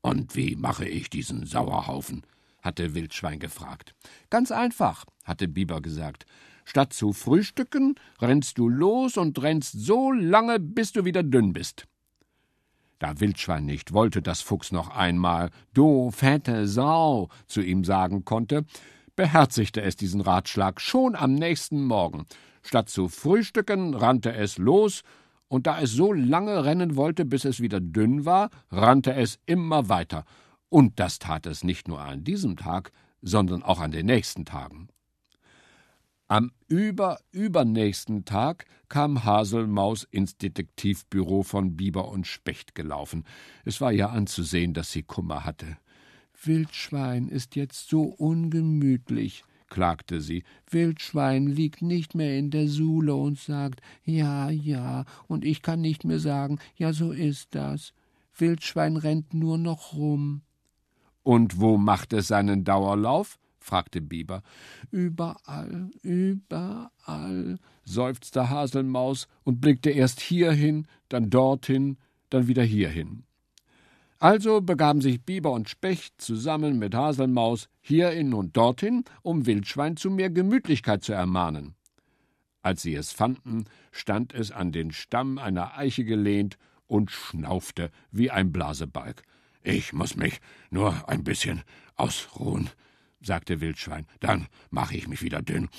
S2: »Und wie mache ich diesen Sauerhaufen?« hatte Wildschwein gefragt. »Ganz einfach«, hatte Biber gesagt. »Statt zu frühstücken, rennst du los und rennst so lange, bis du wieder dünn bist.« Da Wildschwein nicht wollte, dass Fuchs noch einmal »Du fette Sau« zu ihm sagen konnte, beherzigte es diesen Ratschlag schon am nächsten Morgen. Statt zu frühstücken, rannte es los, und da es so lange rennen wollte, bis es wieder dünn war, rannte es immer weiter. Und das tat es nicht nur an diesem Tag, sondern auch an den nächsten Tagen. Am übernächsten Tag kam Haselmaus ins Detektivbüro von Biber und Specht gelaufen. Es war ihr anzusehen, dass sie Kummer hatte. »Wildschwein ist jetzt so ungemütlich«, klagte sie. »Wildschwein liegt nicht mehr in der Suhle und sagt, ja, ja, und ich kann nicht mehr sagen, ja, so ist das. Wildschwein rennt nur noch rum.« »Und wo macht es seinen Dauerlauf?« fragte Biber. »Überall, überall«, seufzte Haselmaus und blickte erst hierhin, dann dorthin, dann wieder hierhin. Also begaben sich Biber und Specht zusammen mit Haselmaus hierhin und dorthin, um Wildschwein zu mehr Gemütlichkeit zu ermahnen. Als sie es fanden, stand es an den Stamm einer Eiche gelehnt und schnaufte wie ein Blasebalg. »Ich muß mich nur ein bisschen ausruhen«, sagte Wildschwein, »dann mache ich mich wieder dünn.«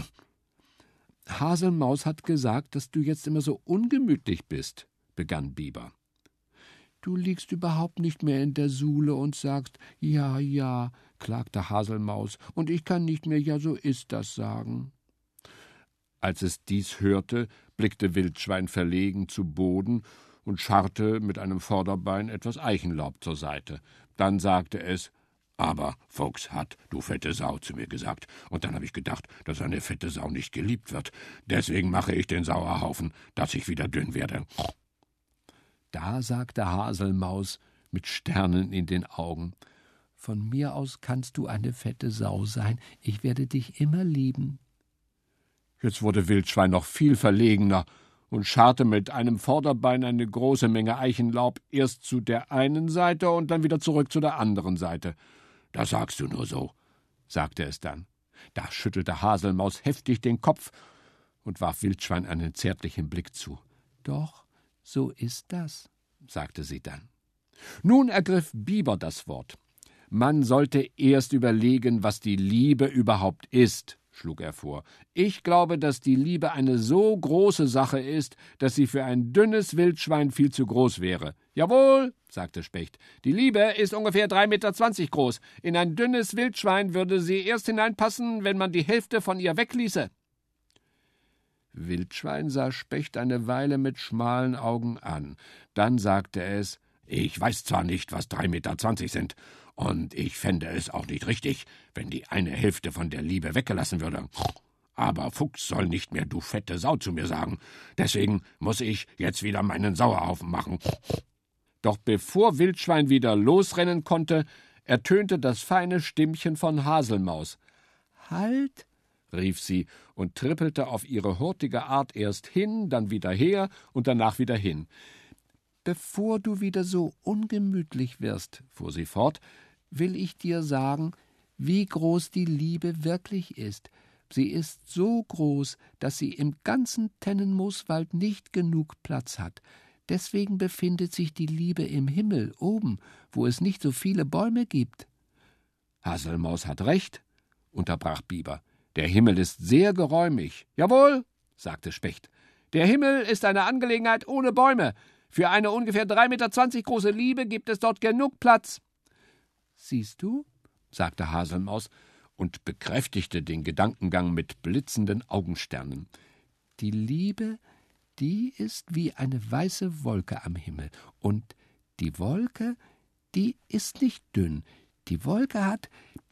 S2: »Haselmaus hat gesagt, dass du jetzt immer so ungemütlich bist«, begann Biber. »Du liegst überhaupt nicht mehr in der Suhle und sagst, ja, ja«, klagte Haselmaus, »und ich kann nicht mehr, ja, so ist das sagen.« Als es dies hörte, blickte Wildschwein verlegen zu Boden und scharrte mit einem Vorderbein etwas Eichenlaub zur Seite. Dann sagte es, »Aber Fuchs hat, du fette Sau, zu mir gesagt, und dann habe ich gedacht, dass eine fette Sau nicht geliebt wird. Deswegen mache ich den Sauerhaufen, dass ich wieder dünn werde.« Da sagte Haselmaus mit Sternen in den Augen, »Von mir aus kannst du eine fette Sau sein, ich werde dich immer lieben.« Jetzt wurde Wildschwein noch viel verlegener und scharrte mit einem Vorderbein eine große Menge Eichenlaub erst zu der einen Seite und dann wieder zurück zu der anderen Seite. »Das sagst du nur so«, sagte es dann. Da schüttelte Haselmaus heftig den Kopf und warf Wildschwein einen zärtlichen Blick zu. »Doch, so ist das«, sagte sie dann. Nun ergriff Biber das Wort. »Man sollte erst überlegen, was die Liebe überhaupt ist«, schlug er vor. »Ich glaube, dass die Liebe eine so große Sache ist, dass sie für ein dünnes Wildschwein viel zu groß wäre.« »Jawohl«, sagte Specht, »die Liebe ist ungefähr 3,20 Meter groß. In ein dünnes Wildschwein würde sie erst hineinpassen, wenn man die Hälfte von ihr wegließe.« Wildschwein sah Specht eine Weile mit schmalen Augen an. Dann sagte es, »Ich weiß zwar nicht, was 3,20 Meter sind, und ich fände es auch nicht richtig, wenn die eine Hälfte von der Liebe weggelassen würde. Aber Fuchs soll nicht mehr du fette Sau zu mir sagen. Deswegen muss ich jetzt wieder meinen Sauerhaufen machen.« Doch bevor Wildschwein wieder losrennen konnte, ertönte das feine Stimmchen von Haselmaus. »Halt«, rief sie und trippelte auf ihre hurtige Art erst hin, dann wieder her und danach wieder hin. »Bevor du wieder so ungemütlich wirst«, fuhr sie fort, »will ich dir sagen, wie groß die Liebe wirklich ist. Sie ist so groß, dass sie im ganzen Tennenmooswald nicht genug Platz hat. Deswegen befindet sich die Liebe im Himmel oben, wo es nicht so viele Bäume gibt.« »Haselmaus hat recht«, unterbrach Biber. »Der Himmel ist sehr geräumig.« »Jawohl«, sagte Specht. »Der Himmel ist eine Angelegenheit ohne Bäume. Für eine ungefähr 3,20 Meter große Liebe gibt es dort genug Platz.« »Siehst du«, sagte Haselmaus und bekräftigte den Gedankengang mit blitzenden Augensternen. »Die Liebe, die ist wie eine weiße Wolke am Himmel. Und die Wolke, die ist nicht dünn. Die Wolke hat.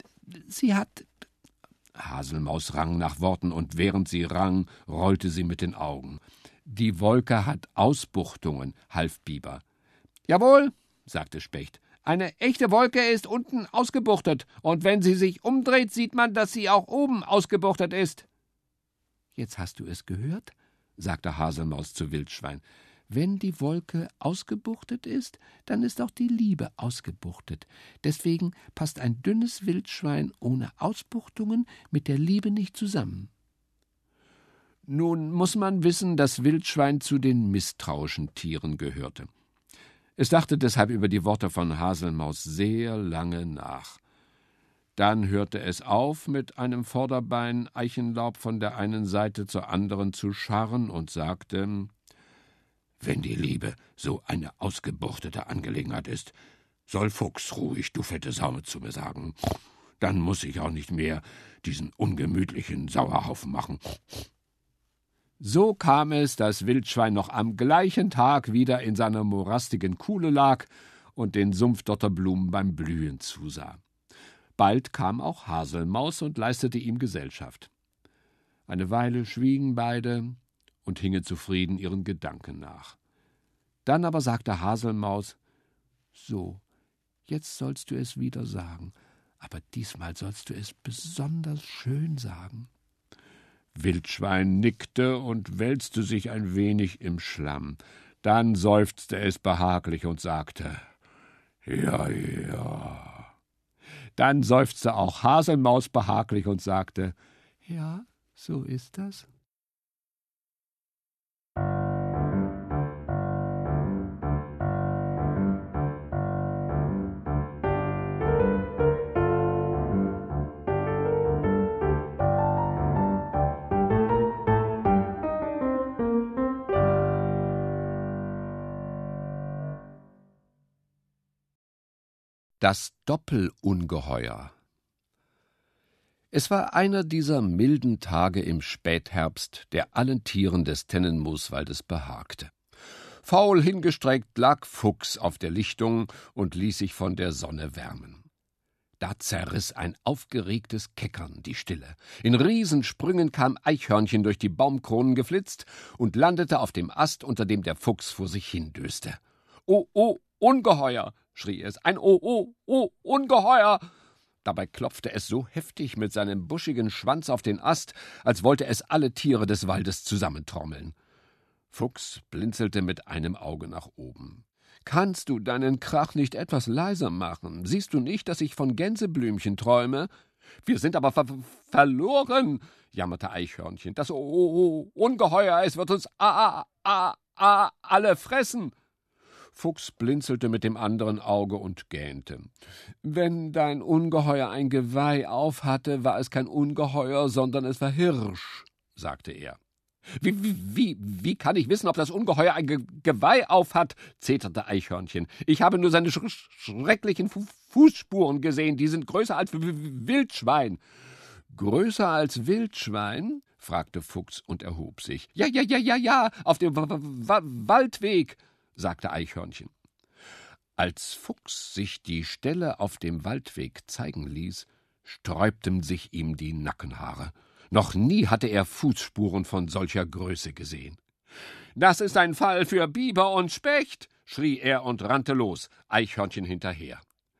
S2: Haselmaus rang nach Worten, und während sie rang, rollte sie mit den Augen. »Die Wolke hat Ausbuchtungen«, half Biber. »Jawohl«, sagte Specht, »eine echte Wolke ist unten ausgebuchtet, und wenn sie sich umdreht, sieht man, dass sie auch oben ausgebuchtet ist.« »Jetzt hast du es gehört«, sagte Haselmaus zu Wildschwein. Wenn die Wolke ausgebuchtet ist, dann ist auch die Liebe ausgebuchtet. Deswegen passt ein dünnes Wildschwein ohne Ausbuchtungen mit der Liebe nicht zusammen. Nun muss man wissen, dass Wildschwein zu den misstrauischen Tieren gehörte. Es dachte deshalb über die Worte von Haselmaus sehr lange nach. Dann hörte es auf, mit einem Vorderbein Eichenlaub von der einen Seite zur anderen zu scharren und sagte: »Wenn die Liebe so eine ausgebuchtete Angelegenheit ist, soll Fuchs ruhig du fette Sau zu mir sagen. Dann muss ich auch nicht mehr diesen ungemütlichen Sauerhaufen machen.« So kam es, dass Wildschwein noch am gleichen Tag wieder in seiner morastigen Kuhle lag und den Sumpfdotterblumen beim Blühen zusah. Bald kam auch Haselmaus und leistete ihm Gesellschaft. Eine Weile schwiegen beide und hingen zufrieden ihren Gedanken nach. Dann aber sagte Haselmaus: »So, jetzt sollst du es wieder sagen, aber diesmal sollst du es besonders schön sagen.« Wildschwein nickte und wälzte sich ein wenig im Schlamm. Dann seufzte es behaglich und sagte: »Ja, ja.« Dann seufzte auch Haselmaus behaglich und sagte: »Ja, so ist das.« Das Doppelungeheuer. Es war einer dieser milden Tage im Spätherbst, der allen Tieren des Tennenmooswaldes behagte. Faul hingestreckt lag Fuchs auf der Lichtung und ließ sich von der Sonne wärmen. Da zerriss ein aufgeregtes Keckern die Stille. In Riesensprüngen kam Eichhörnchen durch die Baumkronen geflitzt und landete auf dem Ast, unter dem der Fuchs vor sich hindöste. »Oh, oh, Ungeheuer«, schrie es, »ein oh, oh, oh, Ungeheuer!« Dabei klopfte es so heftig mit seinem buschigen Schwanz auf den Ast, als wollte es alle Tiere des Waldes zusammentrommeln. Fuchs blinzelte mit einem Auge nach oben. »Kannst du deinen Krach nicht etwas leiser machen? Siehst du nicht, dass ich von Gänseblümchen träume?« »Wir sind aber verloren«, jammerte Eichhörnchen. »Das Ungeheuer, es wird uns alle fressen.« Fuchs blinzelte mit dem anderen Auge und gähnte. »Wenn dein Ungeheuer ein Geweih aufhatte, war es kein Ungeheuer, sondern es war Hirsch«, sagte er. Wie kann ich wissen, ob das Ungeheuer ein Geweih aufhat?« zeterte Eichhörnchen. »Ich habe nur seine schrecklichen Fußspuren gesehen, die sind größer als Wildschwein.« »Größer als Wildschwein?« fragte Fuchs und erhob sich. Ja, auf dem Waldweg«, sagte Eichhörnchen. Als Fuchs sich die Stelle auf dem Waldweg zeigen ließ, sträubten sich ihm die Nackenhaare. Noch nie hatte er Fußspuren von solcher Größe gesehen. »Das ist ein Fall für Biber und Specht«, schrie er und rannte los, Eichhörnchen hinterher.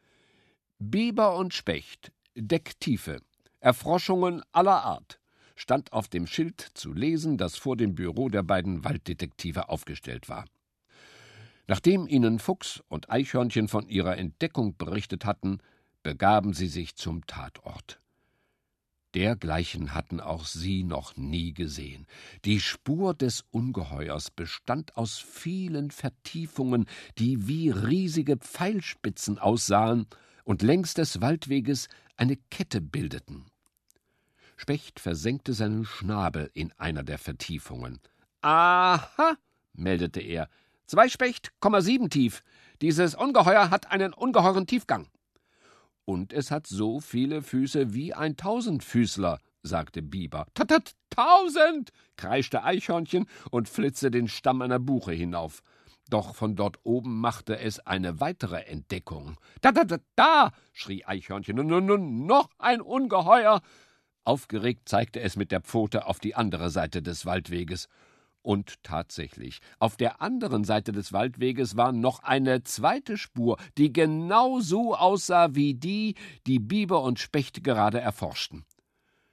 S2: »Biber und Specht, Decktiefe, Erfroschungen aller Art«, stand auf dem Schild zu lesen, das vor dem Büro der beiden Walddetektive aufgestellt war. Nachdem ihnen Fuchs und Eichhörnchen von ihrer Entdeckung berichtet hatten, begaben sie sich zum Tatort. Dergleichen hatten auch sie noch nie gesehen. Die Spur des Ungeheuers bestand aus vielen Vertiefungen, die wie riesige Pfeilspitzen aussahen und längs des Waldweges eine Kette bildeten. Specht versenkte seinen Schnabel in einer der Vertiefungen. »Aha«, meldete er, 2 Specht, 7 tief. Dieses Ungeheuer hat einen ungeheuren Tiefgang.« »Und es hat so viele Füße wie ein Tausendfüßler«, sagte Biber. »1000«, kreischte Eichhörnchen und flitzte den Stamm einer Buche hinauf. Doch von dort oben machte es eine weitere Entdeckung. Da«, schrie Eichhörnchen, »nun noch ein Ungeheuer!« Aufgeregt zeigte es mit der Pfote auf die andere Seite des Waldweges. Und tatsächlich, auf der anderen Seite des Waldweges war noch eine zweite Spur, die genau so aussah wie die Biber und Specht gerade erforschten.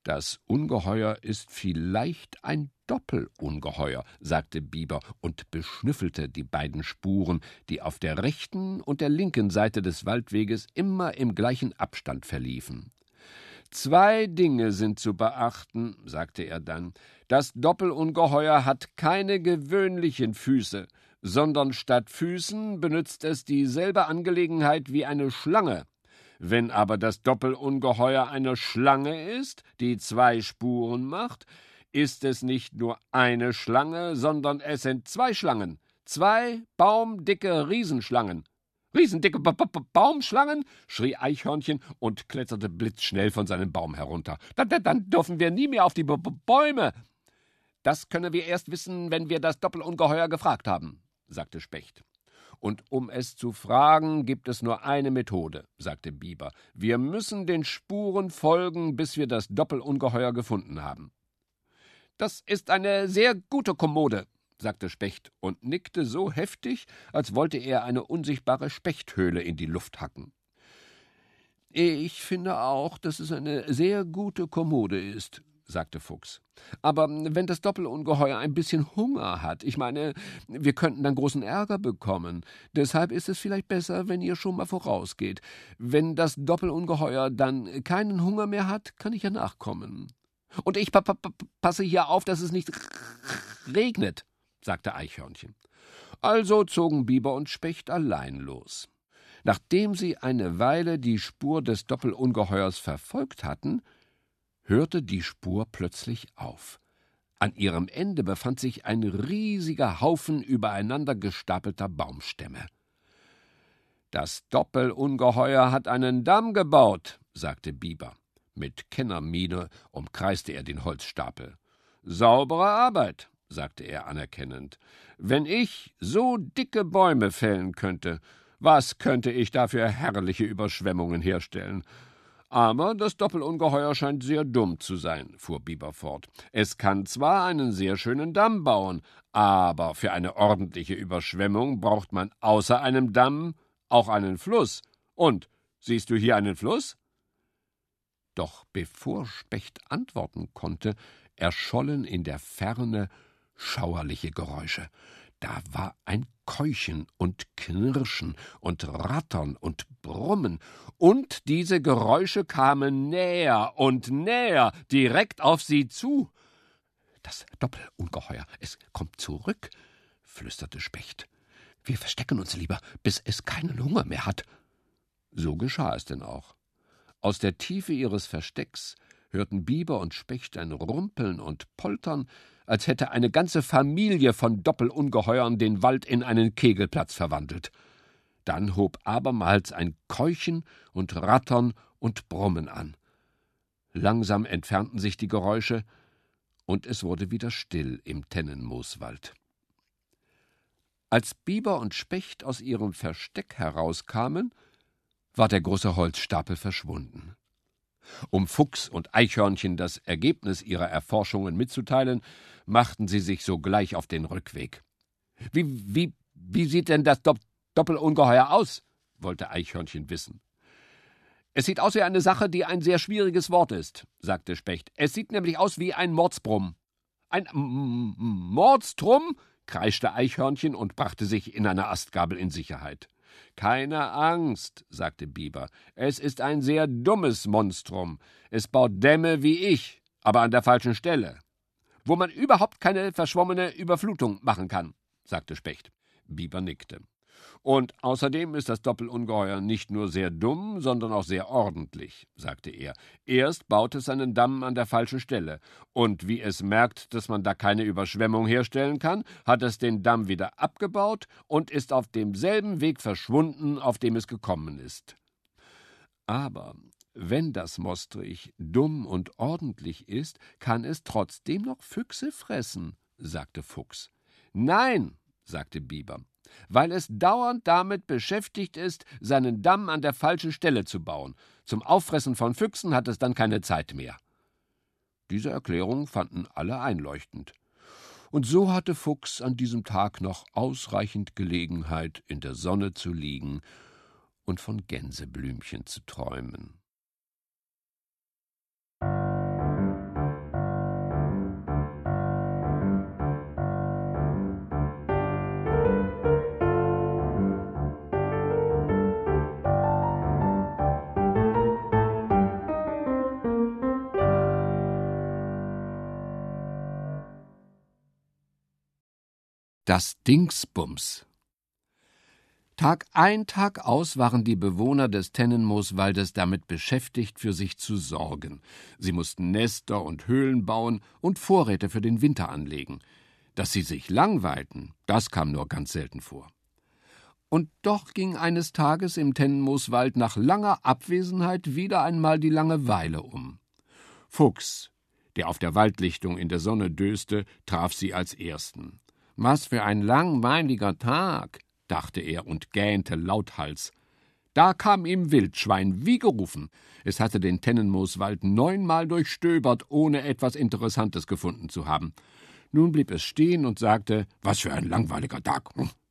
S2: »Das Ungeheuer ist vielleicht ein Doppelungeheuer«, sagte Biber und beschnüffelte die beiden Spuren, die auf der rechten und der linken Seite des Waldweges immer im gleichen Abstand verliefen. »2 Dinge sind zu beachten«, sagte er dann. »Das Doppelungeheuer hat keine gewöhnlichen Füße, sondern statt Füßen benützt es dieselbe Angelegenheit wie eine Schlange. Wenn aber das Doppelungeheuer eine Schlange ist, die 2 Spuren macht, ist es nicht nur eine Schlange, sondern es sind 2 Schlangen, 2 baumdicke Riesenschlangen.« »Riesendicke Baumschlangen?« schrie Eichhörnchen und kletterte blitzschnell von seinem Baum herunter. Dann dürfen wir nie mehr auf die Bäume.« »Das können wir erst wissen, wenn wir das Doppelungeheuer gefragt haben«, sagte Specht. »Und um es zu fragen, gibt es nur eine Methode«, sagte Biber. »Wir müssen den Spuren folgen, bis wir das Doppelungeheuer gefunden haben.« »Das ist eine sehr gute Kommode«, sagte Specht und nickte so heftig, als wollte er eine unsichtbare Spechthöhle in die Luft hacken. »Ich finde auch, dass es eine sehr gute Kommode ist«, sagte Fuchs. »Aber wenn das Doppelungeheuer ein bisschen Hunger hat, ich meine, wir könnten dann großen Ärger bekommen. Deshalb ist es vielleicht besser, wenn ihr schon mal vorausgeht. Wenn das Doppelungeheuer dann keinen Hunger mehr hat, kann ich ja nachkommen. Und ich passe hier auf, dass es nicht regnet«, sagte Eichhörnchen. Also zogen Biber und Specht allein los. Nachdem sie eine Weile die Spur des Doppelungeheuers verfolgt hatten, hörte die Spur plötzlich auf. An ihrem Ende befand sich ein riesiger Haufen übereinander gestapelter Baumstämme. »Das Doppelungeheuer hat einen Damm gebaut«, sagte Biber. Mit Kennermiene umkreiste er den Holzstapel. »Saubere Arbeit«, sagte er anerkennend. »Wenn ich so dicke Bäume fällen könnte, was könnte ich da für herrliche Überschwemmungen herstellen?« »Aber das Doppelungeheuer scheint sehr dumm zu sein«, fuhr Biber fort. »Es kann zwar einen sehr schönen Damm bauen, aber für eine ordentliche Überschwemmung braucht man außer einem Damm auch einen Fluss. Und, siehst du hier einen Fluss?« Doch bevor Specht antworten konnte, erschollen in der Ferne schauerliche Geräusche. Da war ein Keuchen und Knirschen und Rattern und Brummen, und diese Geräusche kamen näher und näher, direkt auf sie zu. »Das Doppelungeheuer, es kommt zurück«, flüsterte Specht. »Wir verstecken uns lieber, bis es keinen Hunger mehr hat.« So geschah es denn auch. Aus der Tiefe ihres Verstecks hörten Biber und Specht ein Rumpeln und Poltern, als hätte eine ganze Familie von Doppelungeheuern den Wald in einen Kegelplatz verwandelt. Dann hob abermals ein Keuchen und Rattern und Brummen an. Langsam entfernten sich die Geräusche, und es wurde wieder still im Tennenmooswald. Als Biber und Specht aus ihrem Versteck herauskamen, war der große Holzstapel verschwunden. Um Fuchs und Eichhörnchen das Ergebnis ihrer Erforschungen mitzuteilen, machten sie sich sogleich auf den Rückweg. Wie sieht denn das Doppelungeheuer aus?« wollte Eichhörnchen wissen. »Es sieht aus wie eine Sache, die ein sehr schwieriges Wort ist«, sagte Specht. »Es sieht nämlich aus wie ein Mordsbrumm.« »Ein Mordstrum?« kreischte Eichhörnchen und brachte sich in einer Astgabel in Sicherheit. »Keine Angst«, sagte Biber. »Es ist ein sehr dummes Monstrum. Es baut Dämme wie ich, aber an der falschen Stelle. Wo man überhaupt keine verschwommene Überflutung machen kann«, sagte Specht. Biber nickte. »Und außerdem ist das Doppelungeheuer nicht nur sehr dumm, sondern auch sehr ordentlich«, sagte er. »Erst baut es seinen Damm an der falschen Stelle, und wie es merkt, dass man da keine Überschwemmung herstellen kann, hat es den Damm wieder abgebaut und ist auf demselben Weg verschwunden, auf dem es gekommen ist. Aber wenn das Mostrich dumm und ordentlich ist, kann es trotzdem noch Füchse fressen«, sagte Fuchs. »Nein«, sagte Biber, »weil es dauernd damit beschäftigt ist, seinen Damm an der falschen Stelle zu bauen. Zum Auffressen von Füchsen hat es dann keine Zeit mehr.« Diese Erklärung fanden alle einleuchtend. Und so hatte Fuchs an diesem Tag noch ausreichend Gelegenheit, in der Sonne zu liegen und von Gänseblümchen zu träumen. Das Dingsbums. Tag ein, Tag aus waren die Bewohner des Tennenmooswaldes damit beschäftigt, für sich zu sorgen. Sie mussten Nester und Höhlen bauen und Vorräte für den Winter anlegen. Dass sie sich langweilten, das kam nur ganz selten vor. Und doch ging eines Tages im Tennenmooswald nach langer Abwesenheit wieder einmal die Langeweile um. Fuchs, der auf der Waldlichtung in der Sonne döste, traf sie als Ersten. »Was für ein langweiliger Tag«, dachte er und gähnte lauthals. Da kam ihm Wildschwein wie gerufen. Es hatte den Tennenmooswald 9-mal durchstöbert, ohne etwas Interessantes gefunden zu haben. Nun blieb es stehen und sagte, »Was für ein langweiliger Tag.«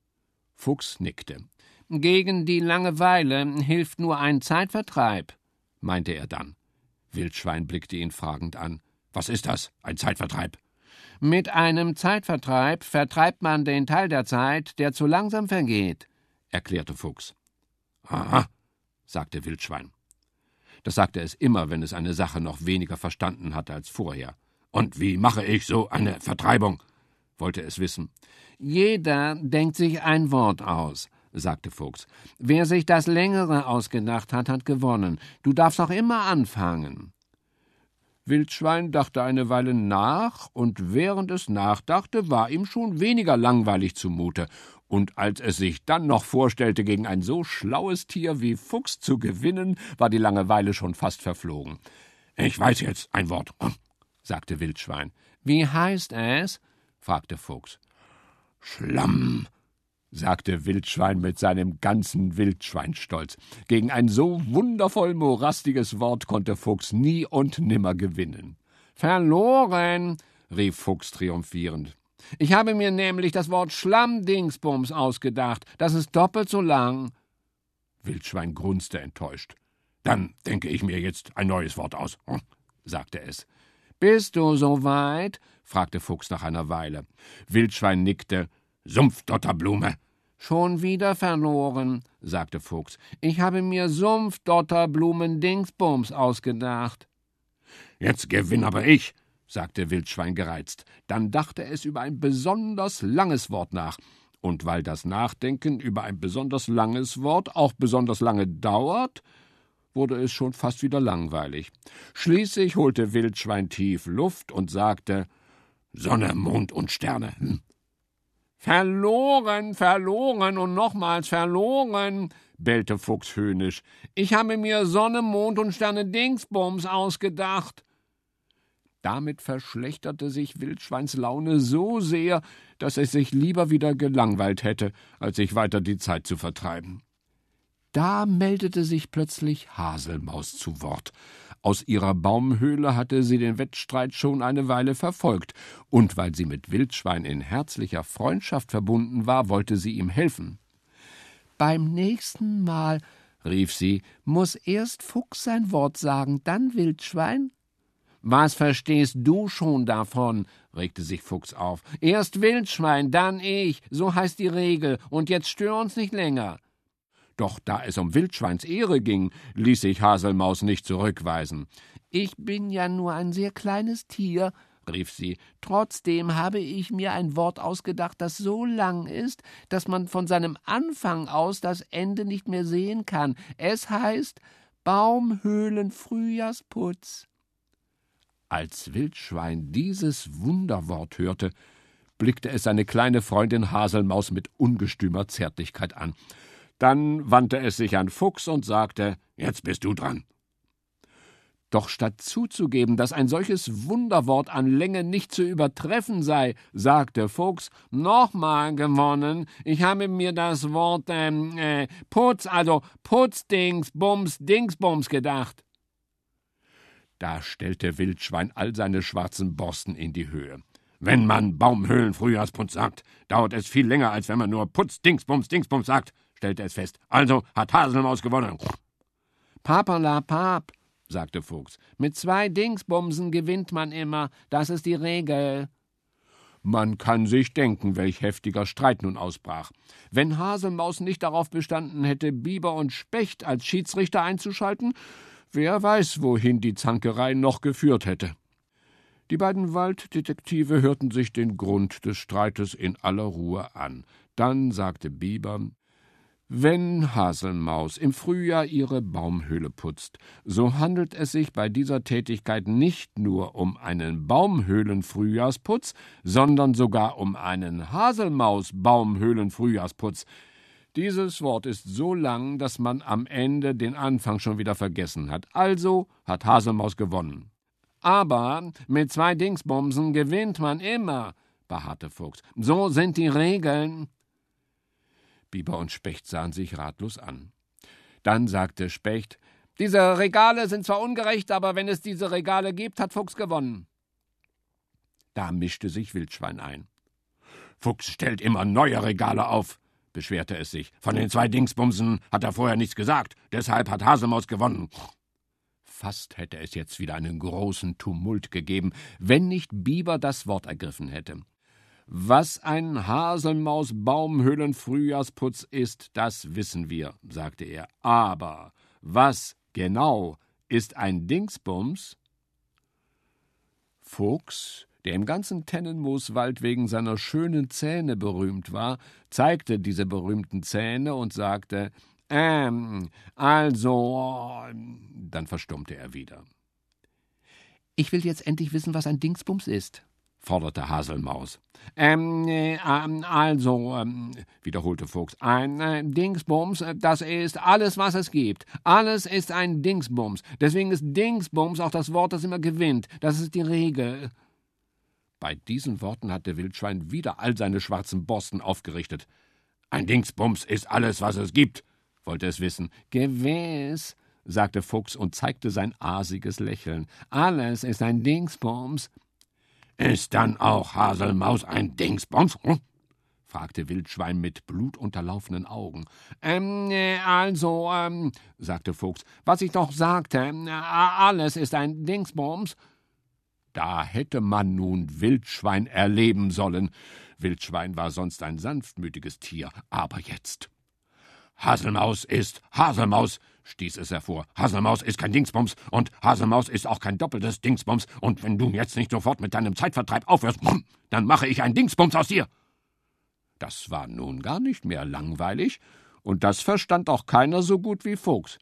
S2: Fuchs nickte. »Gegen die Langeweile hilft nur ein Zeitvertreib«, meinte er dann. Wildschwein blickte ihn fragend an. »Was ist das, ein Zeitvertreib?« »Mit einem Zeitvertreib vertreibt man den Teil der Zeit, der zu langsam vergeht«, erklärte Fuchs. »Aha«, sagte Wildschwein. Das sagte es immer, wenn es eine Sache noch weniger verstanden hatte als vorher. »Und wie mache ich so eine Vertreibung?« wollte es wissen. »Jeder denkt sich ein Wort aus«, sagte Fuchs. »Wer sich das Längere ausgedacht hat, hat gewonnen. Du darfst auch immer anfangen.« Wildschwein dachte eine Weile nach, und während es nachdachte, war ihm schon weniger langweilig zumute. Und als es sich dann noch vorstellte, gegen ein so schlaues Tier wie Fuchs zu gewinnen, war die Langeweile schon fast verflogen. »Ich weiß jetzt ein Wort«, sagte Wildschwein. »Wie heißt es?« fragte Fuchs. »Schlamm«, sagte Wildschwein mit seinem ganzen Wildschweinstolz. Gegen ein so wundervoll morastiges Wort konnte Fuchs nie und nimmer gewinnen. »Verloren«, rief Fuchs triumphierend. »Ich habe mir nämlich das Wort Schlammdingsbums ausgedacht. Das ist doppelt so lang.« Wildschwein grunzte enttäuscht. »Dann denke ich mir jetzt ein neues Wort aus«, sagte es. »Bist du so weit?« fragte Fuchs nach einer Weile. Wildschwein nickte. »Sumpfdotterblume.« »Schon wieder verloren«, sagte Fuchs. »Ich habe mir Sumpfdotterblumen-Dingsbums ausgedacht.« »Jetzt gewinn aber ich«, sagte Wildschwein gereizt. Dann dachte es über ein besonders langes Wort nach. Und weil das Nachdenken über ein besonders langes Wort auch besonders lange dauert, wurde es schon fast wieder langweilig. Schließlich holte Wildschwein tief Luft und sagte, »Sonne, Mond und Sterne.« »Verloren, verloren und nochmals verloren«, bellte Fuchs höhnisch. »Ich habe mir Sonne, Mond und Sterne Dingsbums ausgedacht.« Damit verschlechterte sich Wildschweins Laune so sehr, dass es sich lieber wieder gelangweilt hätte, als sich weiter die Zeit zu vertreiben. Da meldete sich plötzlich Haselmaus zu Wort. Aus ihrer Baumhöhle hatte sie den Wettstreit schon eine Weile verfolgt, und weil sie mit Wildschwein in herzlicher Freundschaft verbunden war, wollte sie ihm helfen. »Beim nächsten Mal«, rief sie, »muß erst Fuchs sein Wort sagen, dann Wildschwein.« »Was verstehst du schon davon?«, regte sich Fuchs auf. »Erst Wildschwein, dann ich, so heißt die Regel, und jetzt stör uns nicht länger.« Doch da es um Wildschweins Ehre ging, ließ sich Haselmaus nicht zurückweisen. »Ich bin ja nur ein sehr kleines Tier«, rief sie. »Trotzdem habe ich mir ein Wort ausgedacht, das so lang ist, dass man von seinem Anfang aus das Ende nicht mehr sehen kann. Es heißt Baumhöhlen-Frühjahrsputz.« Als Wildschwein dieses Wunderwort hörte, blickte es seine kleine Freundin Haselmaus mit ungestümer Zärtlichkeit an. Dann wandte es sich an Fuchs und sagte, »Jetzt bist du dran.« Doch statt zuzugeben, dass ein solches Wunderwort an Länge nicht zu übertreffen sei, sagte Fuchs, »Nochmal gewonnen. Ich habe mir das Wort Putz, also Dingsbums gedacht.« Da stellte Wildschwein all seine schwarzen Borsten in die Höhe. »Wenn man Baumhöhlen-Frühjahrsputz sagt, dauert es viel länger, als wenn man nur Putz, Dingsbums sagt«, stellte es fest. »Also hat Haselmaus gewonnen.« »Paperlapap«, sagte Fuchs. »Mit 2 Dingsbumsen gewinnt man immer. Das ist die Regel.« Man kann sich denken, welch heftiger Streit nun ausbrach. Wenn Haselmaus nicht darauf bestanden hätte, Biber und Specht als Schiedsrichter einzuschalten, wer weiß, wohin die Zankerei noch geführt hätte. Die beiden Walddetektive hörten sich den Grund des Streites in aller Ruhe an. Dann sagte Biber: Wenn Haselmaus im Frühjahr ihre Baumhöhle putzt, so handelt es sich bei dieser Tätigkeit nicht nur um einen Baumhöhlen-Frühjahrsputz, sondern sogar um einen Haselmaus-Baumhöhlen-Frühjahrsputz. Dieses Wort ist so lang, dass man am Ende den Anfang schon wieder vergessen hat. Also hat Haselmaus gewonnen. »Aber mit 2 Dingsbumsen gewinnt man immer«, beharrte Fuchs. »So sind die Regeln.« Biber und Specht sahen sich ratlos an. Dann sagte Specht: »Diese Regale sind zwar ungerecht, aber wenn es diese Regale gibt, hat Fuchs gewonnen.« Da mischte sich Wildschwein ein. »Fuchs stellt immer neue Regale auf«, beschwerte es sich. »Von den 2 Dingsbumsen hat er vorher nichts gesagt, deshalb hat Haselmaus gewonnen.« Fast hätte es jetzt wieder einen großen Tumult gegeben, wenn nicht Biber das Wort ergriffen hätte. »Was ein Haselmaus-Baumhöhlen-Frühjahrsputz ist, das wissen wir«, sagte er. »Aber was genau ist ein Dingsbums?« Fuchs, der im ganzen Tennenmooswald wegen seiner schönen Zähne berühmt war, zeigte diese berühmten Zähne und sagte: also, dann verstummte er wieder. »Ich will jetzt endlich wissen, was ein Dingsbums ist«, forderte Haselmaus. Wiederholte Fuchs. »Ein Dingsbums, das ist alles, was es gibt. Alles ist ein Dingsbums. Deswegen ist Dingsbums auch das Wort, das immer gewinnt. Das ist die Regel.« Bei diesen Worten hatte Wildschwein wieder all seine schwarzen Borsten aufgerichtet. »Ein Dingsbums ist alles, was es gibt«, wollte es wissen. »Gewiss«, sagte Fuchs und zeigte sein aasiges Lächeln. »Alles ist ein Dingsbums.« »Ist dann auch Haselmaus ein Dingsbums?« fragte Wildschwein mit blutunterlaufenen Augen. Sagte Fuchs, »was ich doch sagte, alles ist ein Dingsbums.« Da hätte man nun Wildschwein erleben sollen. Wildschwein war sonst ein sanftmütiges Tier, aber jetzt. »Haselmaus ist Haselmaus«, stieß es hervor. »Haselmaus ist kein Dingsbums und Haselmaus ist auch kein doppeltes Dingsbums. Und wenn du jetzt nicht sofort mit deinem Zeitvertreib aufhörst, dann mache ich ein Dingsbums aus dir.« Das war nun gar nicht mehr langweilig, und das verstand auch keiner so gut wie Fuchs.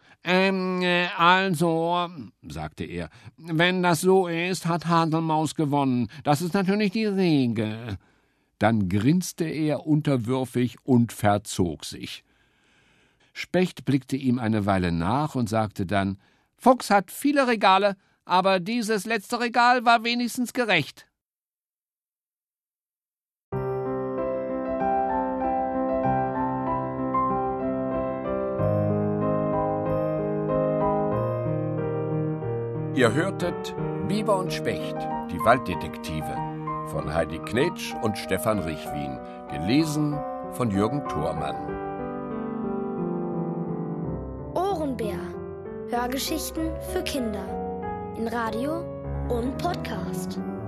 S2: Sagte er, wenn das so ist, hat Haselmaus gewonnen. Das ist natürlich die Regel. Dann grinste er unterwürfig und verzog sich. Specht blickte ihm eine Weile nach und sagte dann: »Fuchs hat viele Regale, aber dieses letzte Regal war wenigstens gerecht.« Ihr hörtet Biber und Specht, die Walddetektive, von Heidi Knetsch und Stefan Richwin, gelesen von Jürgen Thormann.
S1: Ohrenbär. Hörgeschichten für Kinder. In Radio und Podcast.